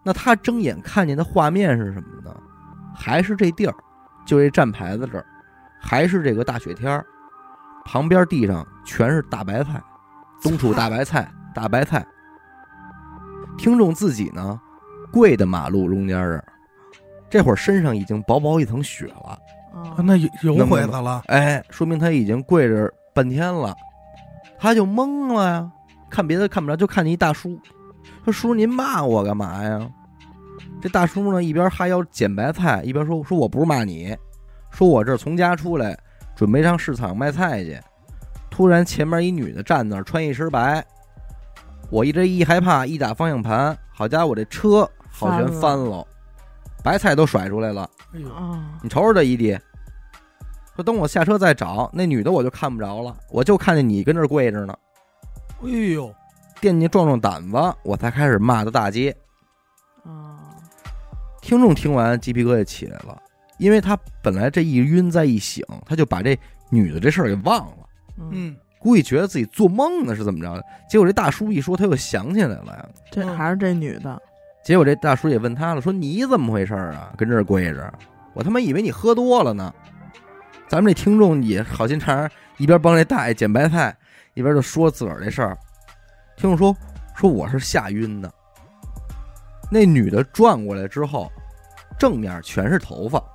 那他睁眼看见的画面是什么呢？还是这地儿，就这站牌子这儿，还是这个大雪天，旁边地上全是大白菜，冬储大白菜，大白菜。听众自己呢，跪在马路中间儿，这会儿身上已经薄薄一层雪了， 啊那有有鬼子了， 哎，说明他已经跪着半天了，他就懵了呀，看别的看不着，就看见一大叔，说叔您骂我干嘛呀？这大叔呢一边哈腰捡白菜，一边说说我不是骂你，说我这儿从家出来准备上市场卖菜去，突然前面一女的站那儿穿一身白，我一这一害怕一打方向盘，好家伙这车好全翻了，白菜都甩出来了， 哎呦， 啊， 你瞅瞅这一地。说等我下车再找那女的我就看不着了，我就看见你跟这儿跪着呢， 哎呦， 惦记壮壮胆子我才开始骂的大街。 啊， 听众听完鸡皮疙瘩起来了，因为他本来这一晕再一醒，他就把这女的这事儿给忘了， 嗯， 嗯， 估计觉得自己做梦呢是怎么着的，结果这大叔一说他又想起来了呀， 这还是这女的， 结果这大叔也问他了，说你怎么回事啊，跟这儿跪着，我他妈以为你喝多了呢。咱们这听众也好心肠，一边帮这大爷捡白菜，一边就说自个儿这事儿。听众说说我是吓晕的。那女的转过来之后，正面全是头发。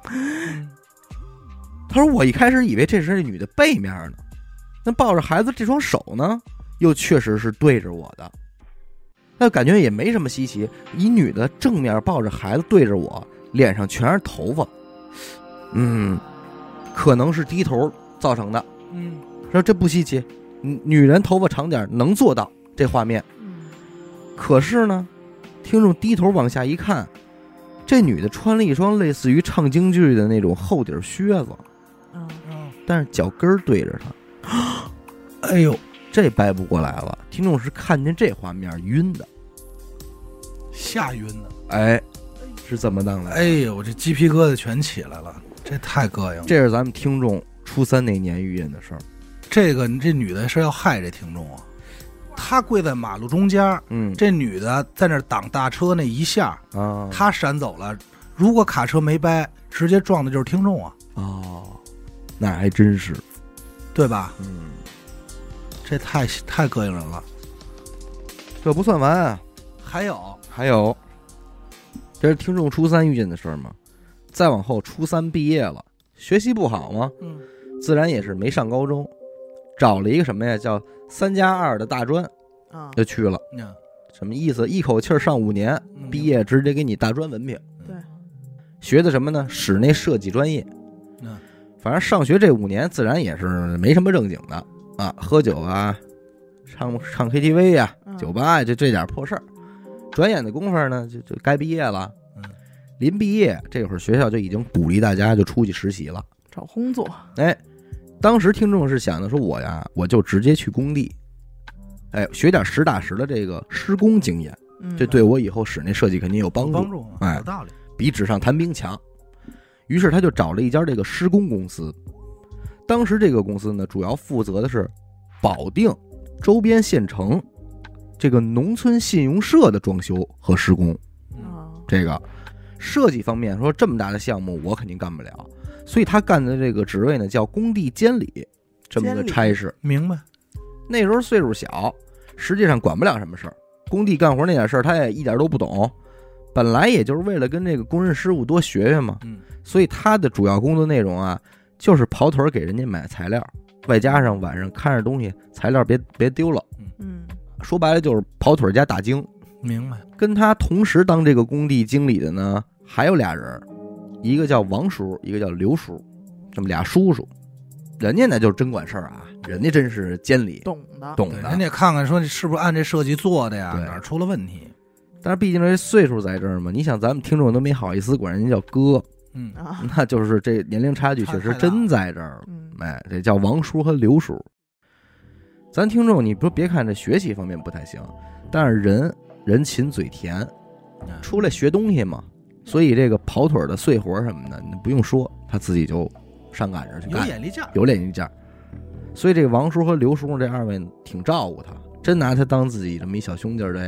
他说我一开始以为这是这女的背面呢，那抱着孩子这双手呢，又确实是对着我的。那感觉也没什么稀奇，一女的正面抱着孩子对着我，脸上全是头发，嗯。可能是低头造成的， 嗯， 说这不稀奇，女人头发长点能做到这画面。 嗯， 可是呢，听众低头往下一看，这女的穿了一双类似于唱京剧的那种厚底靴子， 嗯， 但是脚跟对着她， 哎呦， 这掰不过来了。听众是看见这画面晕的， 吓晕的， 哎，是这么当的。 哎呦，我这鸡皮疙瘩全起来了。这太膈应了， 这是咱们听众初三那年遇见的事儿。 这个这女的是要害这听众啊！她跪在马路中间， 嗯， 这女的在那挡大车那一下啊， 她闪走了。如果卡车没掰，直接撞的就是听众啊！ 哦，那还真是， 对吧？ 嗯， 这太太膈应人了。 这不算完啊， 还有还有，这是听众初三遇见的事儿吗？再往后初三毕业了，学习不好嘛， 嗯， 自然也是没上高中，找了一个什么呀，叫三加二的大专， 啊， 就去了。 嗯， 什么意思？一口气儿上五年， 嗯毕业直接给你大专文凭。 对， 学的什么呢？室内设计专业。 嗯， 反正上学这五年，自然也是没什么正经的啊，喝酒啊，唱唱 K T V 呀、 嗯酒吧呀，就这点破事儿。转眼的功夫呢，就就该毕业了。临毕业这会儿，学校就已经鼓励大家就出去实习了， 找工作。 哎，当时听众是想的说，我呀，我就直接去工地，哎，学点实打实的这个施工经验， 嗯， 这对我以后室内设计肯定有帮助， 帮助， 哎， 有道理， 比纸上谈兵强。于是他就找了一家这个施工公司，当时这个公司呢，主要负责的是保定周边县城这个农村信用社的装修和施工。 啊， 这个设计方面说这么大的项目我肯定干不了，所以他干的这个职位呢叫工地监理，这么个差事。 明白。 那时候岁数小，实际上管不了什么事儿，工地干活那点事儿他也一点都不懂，本来也就是为了跟这个工人师傅多学学嘛， 嗯， 所以他的主要工作内容啊就是跑腿给人家买材料，外加上晚上看着东西材料别别丢了， 嗯， 说白了就是跑腿加打更。 明白。 跟他同时当这个工地经理的呢还有俩人，一个叫王叔，一个叫刘叔，这么俩叔叔，人家呢就是真管事儿啊，人家真是监理懂的， 懂的， 人家看看说你是不是按这设计做的呀， 对哪儿出了问题。 但是毕竟这岁数在这儿嘛，你想咱们听众都没好意思管人家叫哥， 嗯啊， 那就是这年龄差距确实真在这儿。 嗯， 哎，这叫王叔和刘叔。咱听众你不别看这学习方面不太行，但是人人勤嘴甜，出来学东西嘛，所以这个跑腿的碎活什么的你不用说，他自己就上赶着去干， 有眼力劲儿， 有眼力劲儿。所以这个王叔和刘叔这二位挺照顾他，真拿他当自己这么一小兄弟这样。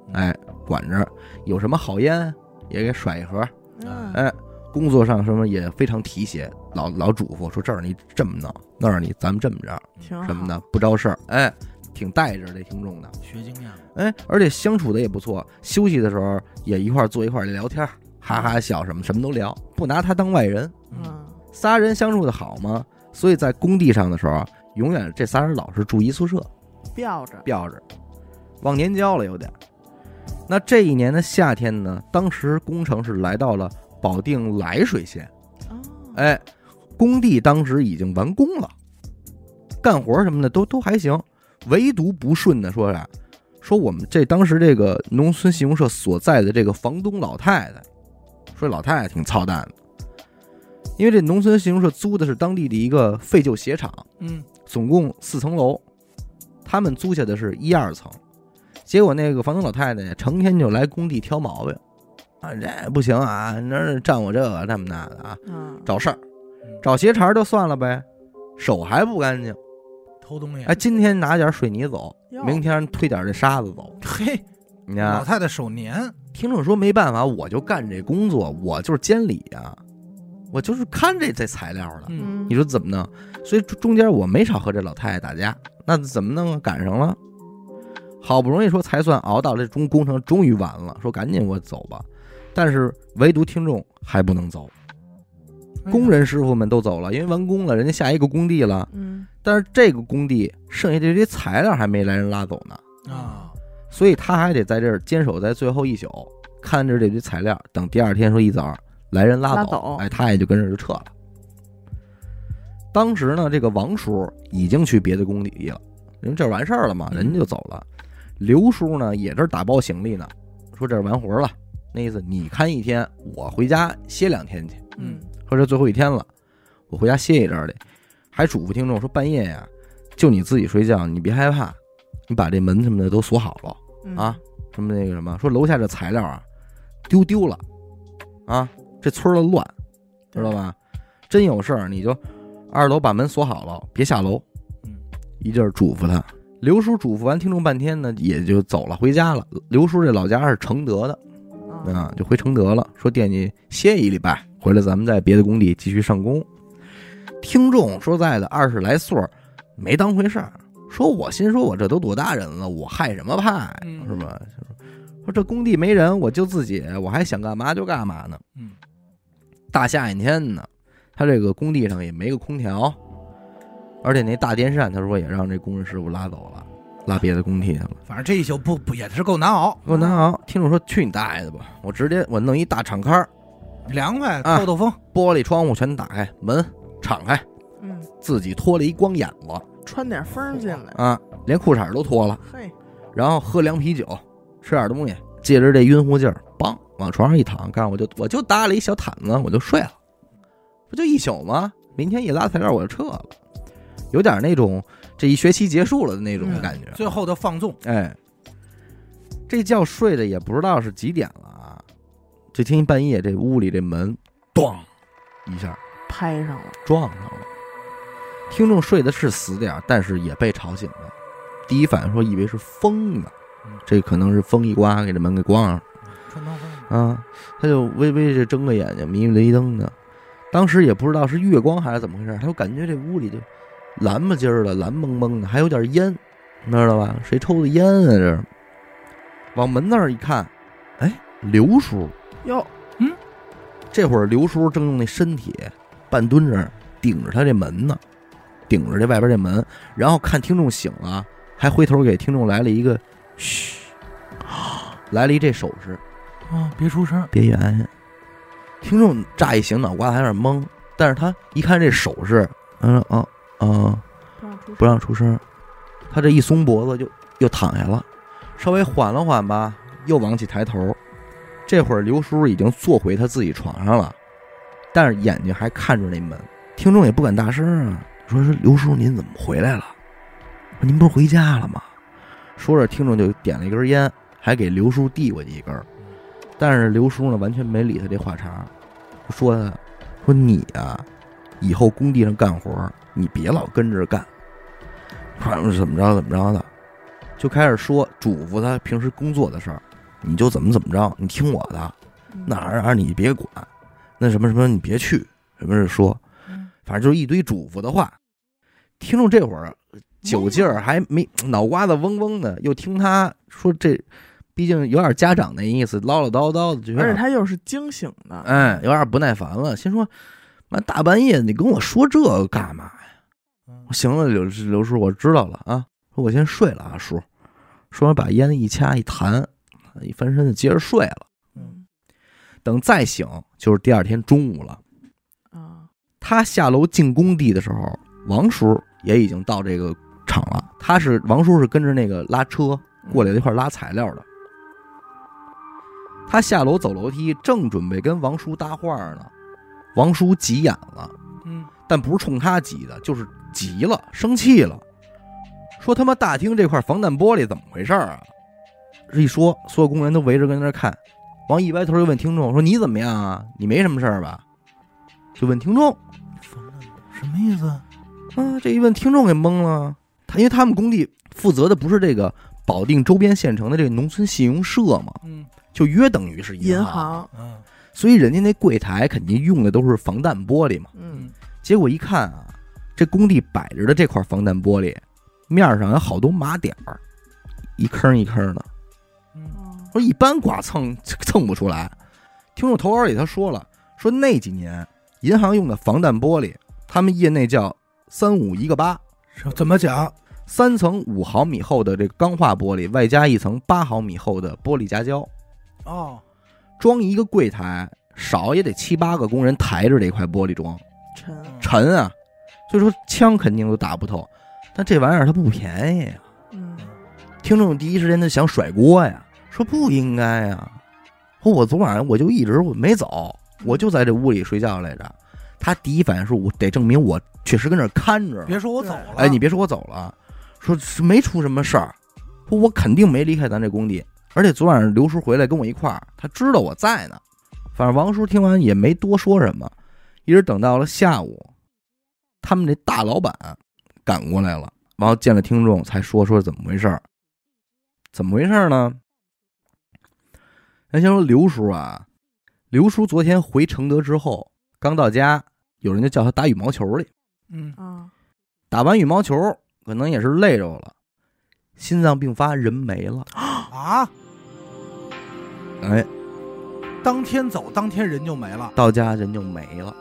哎，管着，有什么好烟也给甩一盒， 嗯哎，工作上什么也非常提携，老老嘱咐说这儿你这么弄，那儿你咱们这么着挺好什么的，不招事儿，哎，挺带着这听众的， 学经验了。 哎，而且相处的也不错，休息的时候也一块儿坐一块儿聊天，哈哈笑什么什么都聊，不拿他当外人。 嗯仨人相处的好嘛，所以在工地上的时候，永远这仨人老是住一宿舍， 吊着吊着，忘年交了有点。那这一年的夏天呢，当时工程是来到了保定涞水县， 哦哎，工地当时已经完工了，干活什么的都都还行，唯独不顺的说啥，说我们这当时这个农村信用社所在的这个房东老太太，说老太太挺操蛋的，因为这农村信用社租的是当地的一个废旧鞋厂， 嗯， 总共四层楼，他们租下的是一二层，结果那个房东老太太成天就来工地挑毛病，啊，这不行啊，那占我这个这么那的啊， 嗯找事儿，找鞋茬就算了呗，手还不干净， 偷东西。 哎，今天拿点水泥走， 哟明天推点这沙子走， 嘿， 你看， 老太太手黏， 听众说没办法，我就干这工作，我就是监理啊，我就是看这这材料的， 嗯， 嗯你说怎么弄？所以中间我没少和这老太太打架，那怎么弄啊？赶上了，好不容易说才算熬到这中工程终于完了，说赶紧我走吧，但是唯独听众还不能走，工人师傅们都走了，因为完工了，人家下一个工地了， 嗯但是这个工地剩下这些材料还没来人拉走呢， 啊， 所以他还得在这儿坚守在最后一宿，看着这堆材料，等第二天说一早来人拉走， 拉走哎，他也就跟着就撤了。当时呢，这个王叔已经去别的工地了，因为这儿完事儿了嘛，人家就走了。刘叔呢也这儿打包行李呢，说这儿完活了，那意思你看一天，我回家歇两天去。 嗯说这最后一天了，我回家歇一阵儿去。还嘱咐听众说半夜呀，就你自己睡觉，你别害怕，你把这门什么的都锁好了。 嗯啊，什么那个什么，说楼下这材料啊，丢丢了，啊，这村儿的乱，知道吧？真有事儿你就二楼把门锁好了，别下楼。 嗯， 一阵嘱咐他。刘叔嘱咐完听众半天呢，也就走了，回家了。刘叔这老家是承德的，啊，就回承德了，说惦记歇一礼拜，回来咱们在别的工地继续上工。听众说在的二十来岁没当回事儿。说我心说，我这都多大人了，我害什么怕呀， 嗯、 是吧？说这工地没人，我就自己，我还想干嘛就干嘛呢。 嗯， 大夏天呢，他这个工地上也没个空调，而且那大电扇，他说也让这工人师傅拉走了，拉别的工地去了。 反正这一宿不不也是够难熬， 够难熬。听众说去你大爷的吧，我直接我弄一大敞开， 凉快透透风， 啊、玻璃窗户全打开，门敞开， 嗯， 自己脱了一光眼子。 穿点风进来啊，连裤衩都脱了， 嘿， 然后喝凉啤酒，吃点东西，借着这晕乎劲儿，梆往床上一躺，干我就我就搭了一小毯子，我就睡了，不就一宿吗？明天一拉材料我就撤了，有点那种这一学期结束了的那种感觉， 嗯、最后的放纵。 哎，这觉睡的也不知道是几点了啊，就听半夜这屋里这门咣一下拍上了， 撞上了。听众睡的是死点，但是也被吵醒了。第一反应说以为是风呢，这可能是风一刮给这门给关上， 穿堂风啊，他就微微这睁个眼睛，迷迷雷灯的。当时也不知道是月光还是怎么回事，他就感觉这屋里就蓝不唧儿的，蓝蒙蒙的，还有点烟，你知道吧？谁抽的烟啊？这往门那儿一看，哎，刘叔哟， 嗯，这会儿刘叔正用那身体半蹲着顶着他这门呢。顶着这外边这门，然后看听众醒了，还回头给听众来了一个嘘，来了一这手势啊，别出声， 别远去。听众乍一醒，脑瓜还有点懵，但是他一看这手势，嗯啊啊，不让出声，他这一松脖子就又躺下了，稍微缓了缓吧，又往起抬头。这会儿刘叔已经坐回他自己床上了，但是眼睛还看着那门，听众也不敢大声啊。说是刘叔您怎么回来了？说您不是回家了吗？说着听众就点了一根烟，还给刘叔递过去一根，但是刘叔呢完全没理他这话茬，说他说你啊，以后工地上干活你别老跟着干，反正怎么着怎么着的，就开始说嘱咐他平时工作的事儿， 你就怎么怎么着，你听我的，哪儿哪儿你别管，那什么什么你别去，什么是说，反正就是一堆嘱咐的话。听众这会儿酒劲儿还没脑瓜子嗡嗡的，又听他说这，毕竟有点家长那意思，唠唠叨叨的，就而且他又是惊醒的， 哎，有点不耐烦了，心说，妈大半夜你跟我说这个干嘛呀？行了，刘刘叔，我知道了啊，说我先睡了啊，叔。说完把烟一掐一弹，一翻身就接着睡了。 嗯， 等再醒就是第二天中午了。 啊， 他下楼进工地的时候，王叔也已经到这个厂了。他是王叔是跟着那个拉车过来一块拉材料的。他下楼走楼梯，正准备跟王叔搭话呢，王叔急眼了。 嗯， 但不是冲他急的，就是急了，生气了，说他妈大厅这块防弹玻璃怎么回事啊？这一说，所有工人都围着跟那看。王一歪头就问听众说：“你怎么样啊？你没什么事儿吧？”就问听众， 什么意思？ 啊，这一问听众给懵了。他因为他们工地负责的不是这个保定周边县城的这个农村信用社嘛， 嗯， 就约等于是银行， 行， 嗯， 所以人家那柜台肯定用的都是防弹玻璃嘛。 嗯， 结果一看啊，这工地摆着的这块防弹玻璃面上有好多码点儿，一坑一坑的。说一般剐蹭蹭不出来。听众投稿里他说了，说那几年银行用的防弹玻璃，他们业内叫三五一个八， 怎么讲？ 三层五毫米厚的这个钢化玻璃，外加一层八毫米厚的玻璃夹胶。 哦， 装一个柜台少也得七八个工人抬着这块玻璃装， 沉沉啊，所以说枪肯定都打不透。但这玩意儿它不便宜啊。 嗯， 听众第一时间就想甩锅呀，说不应该呀，说我昨晚上我就一直我没走，我就在这屋里睡觉来着。他第一反应是我得证明我确实跟这儿看着， 别说我走了， 哎，你别说我走了，说是没出什么事儿，说我肯定没离开咱这工地，而且昨晚上刘叔回来跟我一块儿，他知道我在呢。反正王叔听完也没多说什么，一直等到了下午，他们这大老板赶过来了，然后见了听众才说说怎么回事儿。怎么回事呢？咱先说刘叔啊，刘叔昨天回承德之后，刚到家，有人就叫他打羽毛球去。 嗯啊， 打完羽毛球，可能也是累着了，心脏病发，人没了啊！ 哎， 当天走，当天人就没了， 到家人就没了。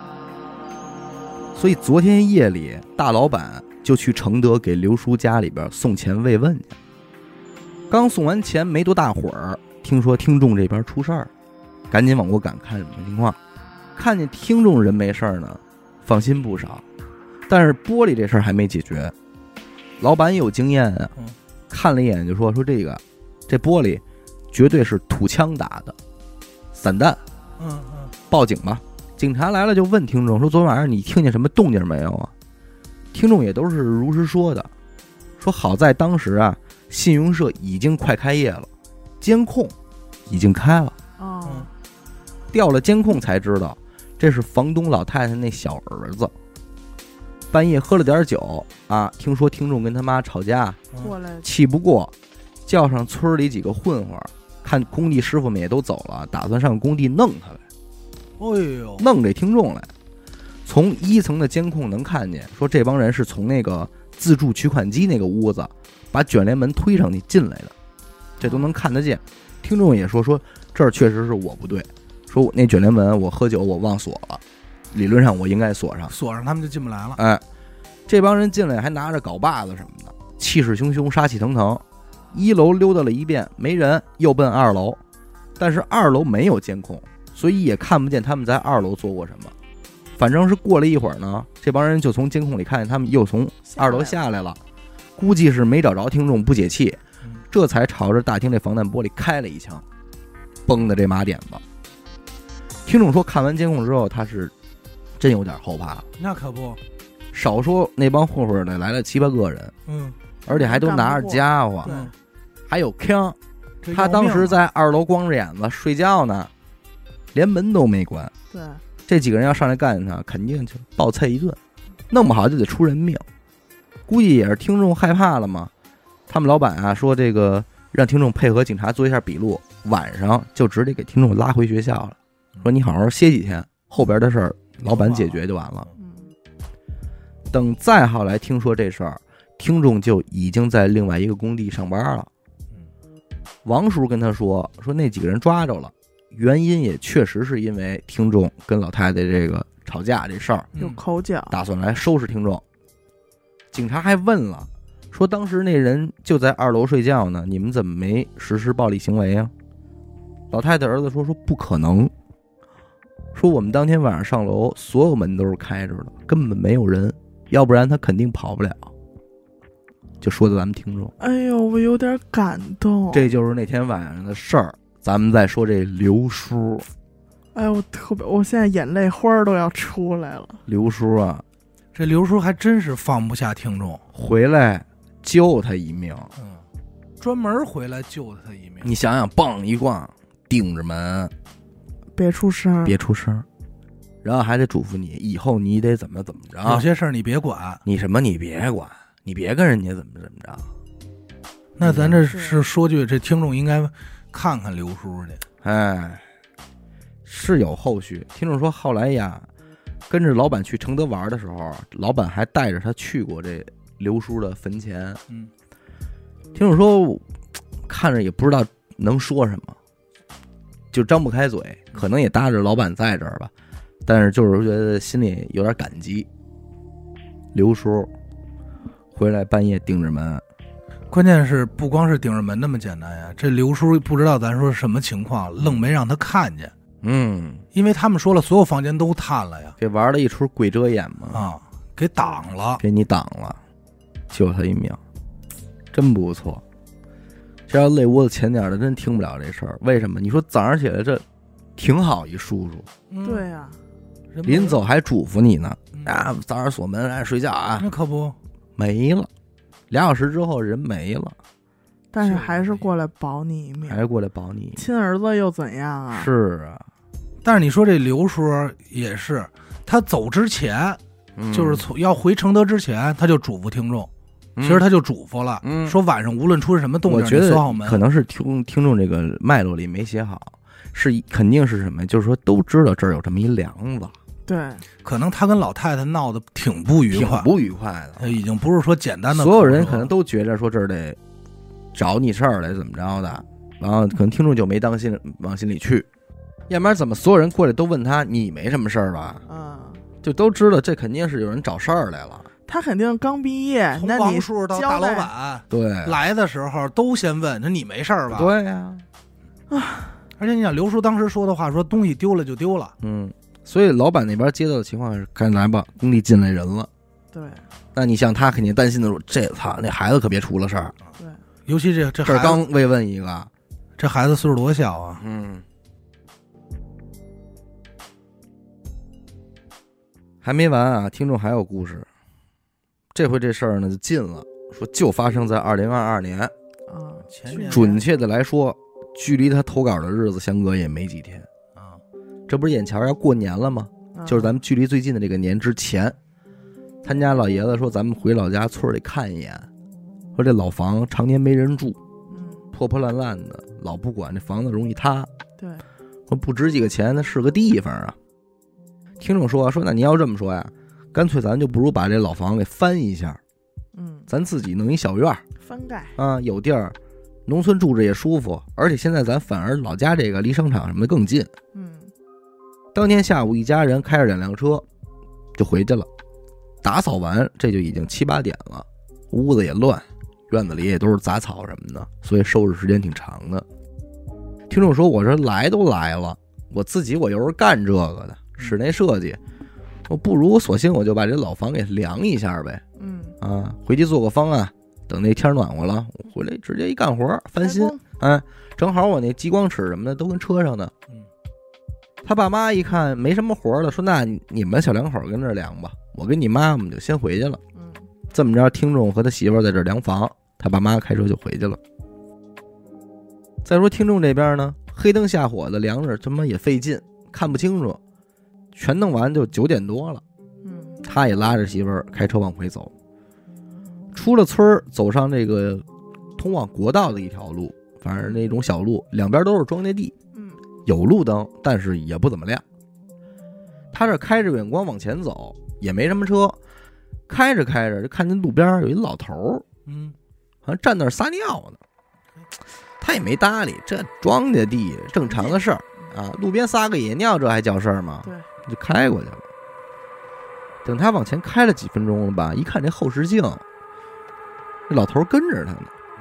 所以昨天夜里，大老板就去承德给刘叔家里边送钱慰问去。刚送完钱没多大会儿，听说听众这边出事儿，赶紧往过赶看什么情况。看见听众人没事呢，放心不少。但是玻璃这事儿还没解决，老板有经验啊，看了一眼就说说这个这玻璃绝对是土枪打的散弹。 嗯嗯， 报警吧。警察来了就问听众说昨晚上你听见什么动静没有啊？听众也都是如实说的，说好在当时啊信用社已经快开业了，监控已经开了。 哦， 调了监控才知道这是房东老太太那小儿子半夜喝了点酒啊，听说听众跟他妈吵架过来气不过，叫上村里几个混混，看工地师傅们也都走了，打算上工地弄他来。 哎呦， 弄这听众来。从一层的监控能看见，说这帮人是从那个自助取款机那个屋子把卷帘门推上去进来的，这都能看得见。听众也说说这儿确实是我不对，说我那卷帘门我喝酒我忘锁了，理论上我应该锁上， 锁上他们就进不来了。 哎，这帮人进来还拿着镐把子什么的，气势汹汹，杀气腾腾。一楼溜达了一遍没人，又奔二楼，但是二楼没有监控，所以也看不见他们在二楼做过什么。反正是过了一会儿呢，这帮人就从监控里看见他们又从二楼下来了，估计是没找着听众不解气，这才朝着大厅这防弹玻璃开了一枪，崩的这麻点子。听众说看完监控之后他是真有点后怕了， 那可不， 少说那帮混混的来了七八个人， 嗯， 而且还都拿着家伙， 对， 还有枪。他当时在二楼光着眼子睡觉呢，连门都没关。 对， 这几个人要上来干他，肯定就暴菜一顿，弄不好就得出人命。估计也是听众害怕了嘛。他们老板啊说这个让听众配合警察做一下笔录，晚上就直接给听众拉回学校了，说你好好歇几天，后边的事儿老板解决就完了。等再后来听说这事儿，听众就已经在另外一个工地上班了。王叔跟他说说那几个人抓着了，原因也确实是因为听众跟老太太这个吵架这事儿， 有口角， 打算来收拾听众。警察还问了，说当时那人就在二楼睡觉呢，你们怎么没实施暴力行为啊？老太太儿子说说不可能，说我们当天晚上上楼，所有门都是开着的，根本没有人，要不然他肯定跑不了。就说的咱们听众， 哎呦，我有点感动。 这就是那天晚上的事儿。咱们再说这刘叔， 哎，我特别，我现在眼泪花都要出来了。 刘叔啊， 这刘叔还真是放不下听众， 回来救他一命， 嗯，专门回来救他一命。 你想想，蹦一逛，顶着门， 别出声， 别出声，然后还得嘱咐你，以后你得怎么怎么着， 有些事儿你别管， 你什么你别管，你别跟人家怎么怎么着。 那咱这是说句，这听众应该看看刘叔去。 哎，是有后续。听众说后来呀，跟着老板去承德玩的时候，老板还带着他去过这刘叔的坟前。 嗯， 听众说看着也不知道能说什么，就张不开嘴，可能也搭着老板在这儿吧，但是就是觉得心里有点感激。刘叔回来半夜盯着门， 关键是不光是顶着门那么简单呀，这刘叔不知道咱说什么情况，愣没让他看见。 嗯， 因为他们说了，所有房间都探了呀， 给玩了一出鬼遮眼嘛， 啊，给挡了， 给你挡了，救他一命，真不错。这要泪窝子浅点的，真听不了这事儿。为什么？你说早上起来这挺好一叔叔， 嗯、 对呀、 啊， 临走还嘱咐你呢， 嗯、 啊，早点锁门，来睡觉啊。 那可不， 没了，俩小时之后人没了。 但是还是过来保你一命， 还是过来保你。 亲儿子又怎样啊？ 是啊， 但是你说这刘叔也是，他走之前， 嗯、 就是从要回承德之前，他就嘱咐听众，嗯、其实他就嘱咐了， 嗯、 说晚上无论出什么动静， 我觉得锁好门。 可能是听听众这个脉络里没写好，是肯定是什么？就是说都知道这儿有这么一梁子。 对， 可能他跟老太太闹得挺不愉快， 挺不愉快的， 已经不是说简单的。 所有人可能都觉着说这儿得找你事儿来怎么着的，然后可能听众就没当心往心里去，要不然怎么所有人过来都问他你没什么事儿吧？ 嗯， 就都知道这肯定是有人找事儿来了。 他肯定刚毕业， 从王叔到大老板， 对， 来的时候都先问说你没事儿吧？ 对呀、 啊， 而且你想刘叔当时说的话，说东西丢了就丢了， 嗯，所以老板那边接到的情况是，赶紧来吧，工地进来人了。 对， 那你像他肯定担心的说，这操那孩子可别出了事儿。 对， 尤其这这这刚慰问一个， 这孩子岁数多小啊？ 嗯，还没完啊，听众还有故事。这回这事儿呢就近了，说就发生在二零二二年啊， 前年， 准确的来说，距离他投稿的日子相隔也没几天啊。 这不是眼瞧要过年了吗？ 啊、 就是咱们距离最近的这个年之前，他家老爷子说咱们回老家村里看一眼，说这老房常年没人住， 嗯， 破破烂烂的，老不管，这房子容易塌。 对， 说不值几个钱，那是个地方啊。听众说说，那你要这么说呀，干脆咱就不如把这老房给翻一下， 嗯， 咱自己弄一小院翻盖啊，有地儿，农村住着也舒服，而且现在咱反而老家这个离商场什么的更近。 嗯， 当天下午，一家人开着两辆车就回去了。打扫完，这就已经七八点了，屋子也乱，院子里也都是杂草什么的，所以收拾时间挺长的。听众说，我这来都来了，我自己我又是干这个的，室内设计，我不如索性我就把这老房给量一下呗。 嗯啊，回去做个方案，等那天暖和了，我回来直接一干活翻新。哎，正好我那激光尺什么的都跟车上呢。 嗯， 他爸妈一看没什么活了，说那你们小两口跟这儿量吧，我跟你妈我们就先回去了。 嗯， 这么着，听众和他媳妇在这儿量房，他爸妈开车就回去了。再说听众这边呢，黑灯瞎火的量着，他妈也费劲，看不清楚，全弄完就九点多了。 嗯， 他也拉着媳妇儿开车往回走，出了村儿，走上这个通往国道的一条路， 反正那种小路，两边都是庄稼地， 嗯， 有路灯，但是也不怎么亮。他这开着远光往前走，也没什么车，开着开着就看见路边有一老头， 嗯， 好像站那儿撒尿呢。他也没搭理，这庄稼地正常的事儿啊，路边撒个野尿这还叫事儿吗？ 对， 就开过去了。等他往前开了几分钟了吧，一看这后视镜，这老头跟着他呢。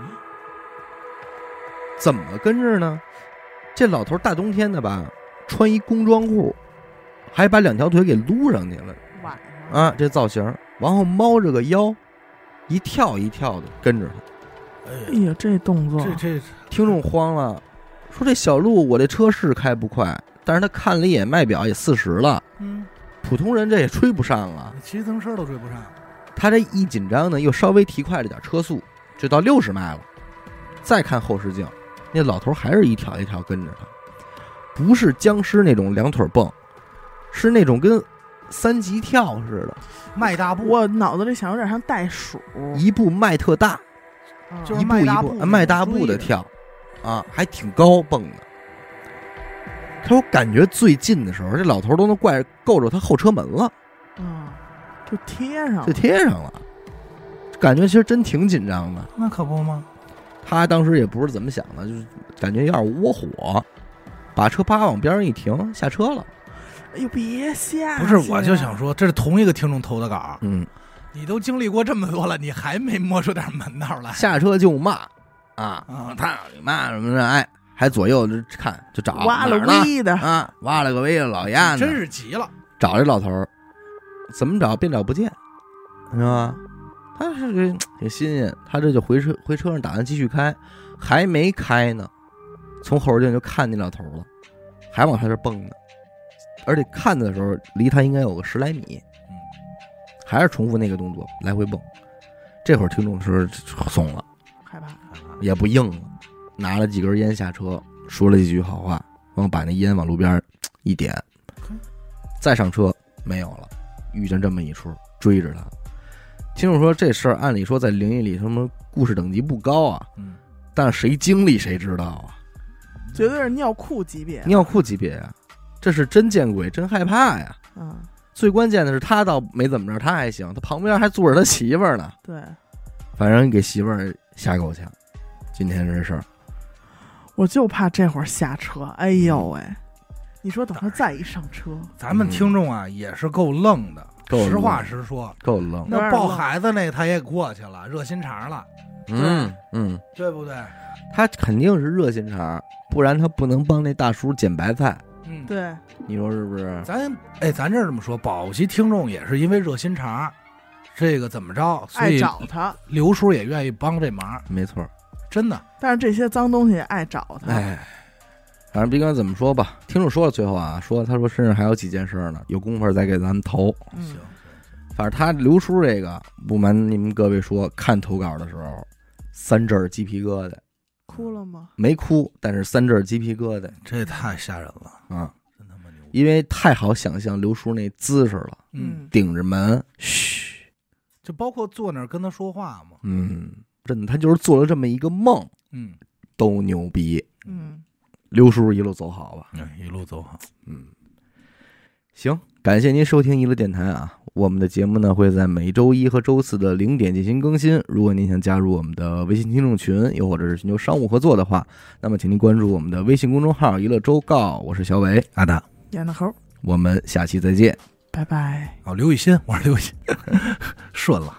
怎么跟着呢？这老头大冬天的吧，穿一工装裤，还把两条腿给撸上去了晚上啊！这造型，往后猫着个腰，一跳一跳的跟着他。 哎呀，这动作， 这这听众慌了，说这小路我这车是开不快，但是他看了一眼迈表也四十了， 嗯， 普通人这也追不上啊。 骑自行车都追不上。 他这一紧张呢，又稍微提快了点车速，就到六十迈了。再看后视镜，那老头还是一跳一跳跟着他，不是僵尸那种两腿蹦，是那种跟三级跳似的， 迈大步， 我脑子里想有点像袋鼠， 一步迈特大， 啊就是一步一步迈大步啊迈大步的跳，啊，还挺高蹦的。他说感觉最近的时候，这老头都能怪够着他后车门了， 嗯，就贴上了就，贴上了，感觉其实真挺紧张的。 那可不吗？ 他当时也不是怎么想的，就是感觉有点窝火，把车啪往边上一停，下车了。 哎呦，别下去！ 不是，我就想说，这是同一个听众投的稿， 嗯， 你都经历过这么多了，你还没摸出点门道来？ 下车就骂啊啊， 他你骂什么的，哎，还左右就看就找挖了哪儿呢威的， 啊，挖了个威的老鸭呢， 真是急了。 找这老头儿，怎么找便找不见，是吧？他是个挺新鲜，他这就回车回车上打算继续开，还没开呢，从后视镜就看见老头了，还往他这蹦呢，而且看的时候离他应该有个十来米， 嗯， 还是重复那个动作来回蹦。这会儿听众是怂了， 害怕， 也不硬了，拿了几根烟下车，说了几句好话，然后把那烟往路边一点，再上车没有了，遇见这么一出追着他。听众说这事儿按理说在灵异里什么故事等级不高啊， 嗯， 但是谁经历谁知道啊， 绝对是尿裤级别， 尿裤级别啊，这是真见鬼真害怕呀。 嗯， 最关键的是他倒没怎么着，他还行，他旁边还坐着他媳妇儿呢， 对， 反正给媳妇儿吓够呛。今天这事儿， 我就怕这会儿下车，哎呦喂，你说等他再一上车， 咱们听众啊也是够愣的， 够愣实话实说。 够愣， 那抱孩子那他也过去了，热心肠了， 嗯嗯， 对不对？ 他肯定是热心肠，不然他不能帮那大叔捡白菜， 嗯， 对， 你说是不是？ 咱哎，咱这这么说，保期听众也是因为热心肠，这个怎么着，所爱以找他， 刘叔也愿意帮这忙， 没错。 真的。 但是这些脏东西也爱找他， 哎，反正别管怎么说吧，听众说了最后啊，说他说身上还有几件事呢，有功夫再给咱们投。 嗯， 反正他刘叔这个，不瞒你们各位说，看投稿的时候，三阵鸡皮疙瘩， 哭了吗？ 没哭，但是三阵鸡皮疙瘩这也太吓人了， 啊， 真他妈牛逼！ 因为太好想象刘叔那姿势了， 嗯， 顶着门，嘘， 就包括坐那儿跟他说话嘛， 嗯，真的，他就是做了这么一个梦， 嗯都牛逼。 嗯， 刘叔一路走好吧。 嗯，一路走好。 嗯，行，感谢您收听娱乐电台啊！我们的节目呢会在每周一和周四的零点进行更新。如果您想加入我们的微信听众群，又或者是寻求商务合作的话，那么请您关注我们的微信公众号“娱乐周告”。我是小伟， 阿达， 演的猴， 我们下期再见。 拜拜。 哦，刘雨欣，我是刘雨欣，顺了。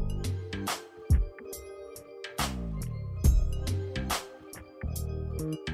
嗯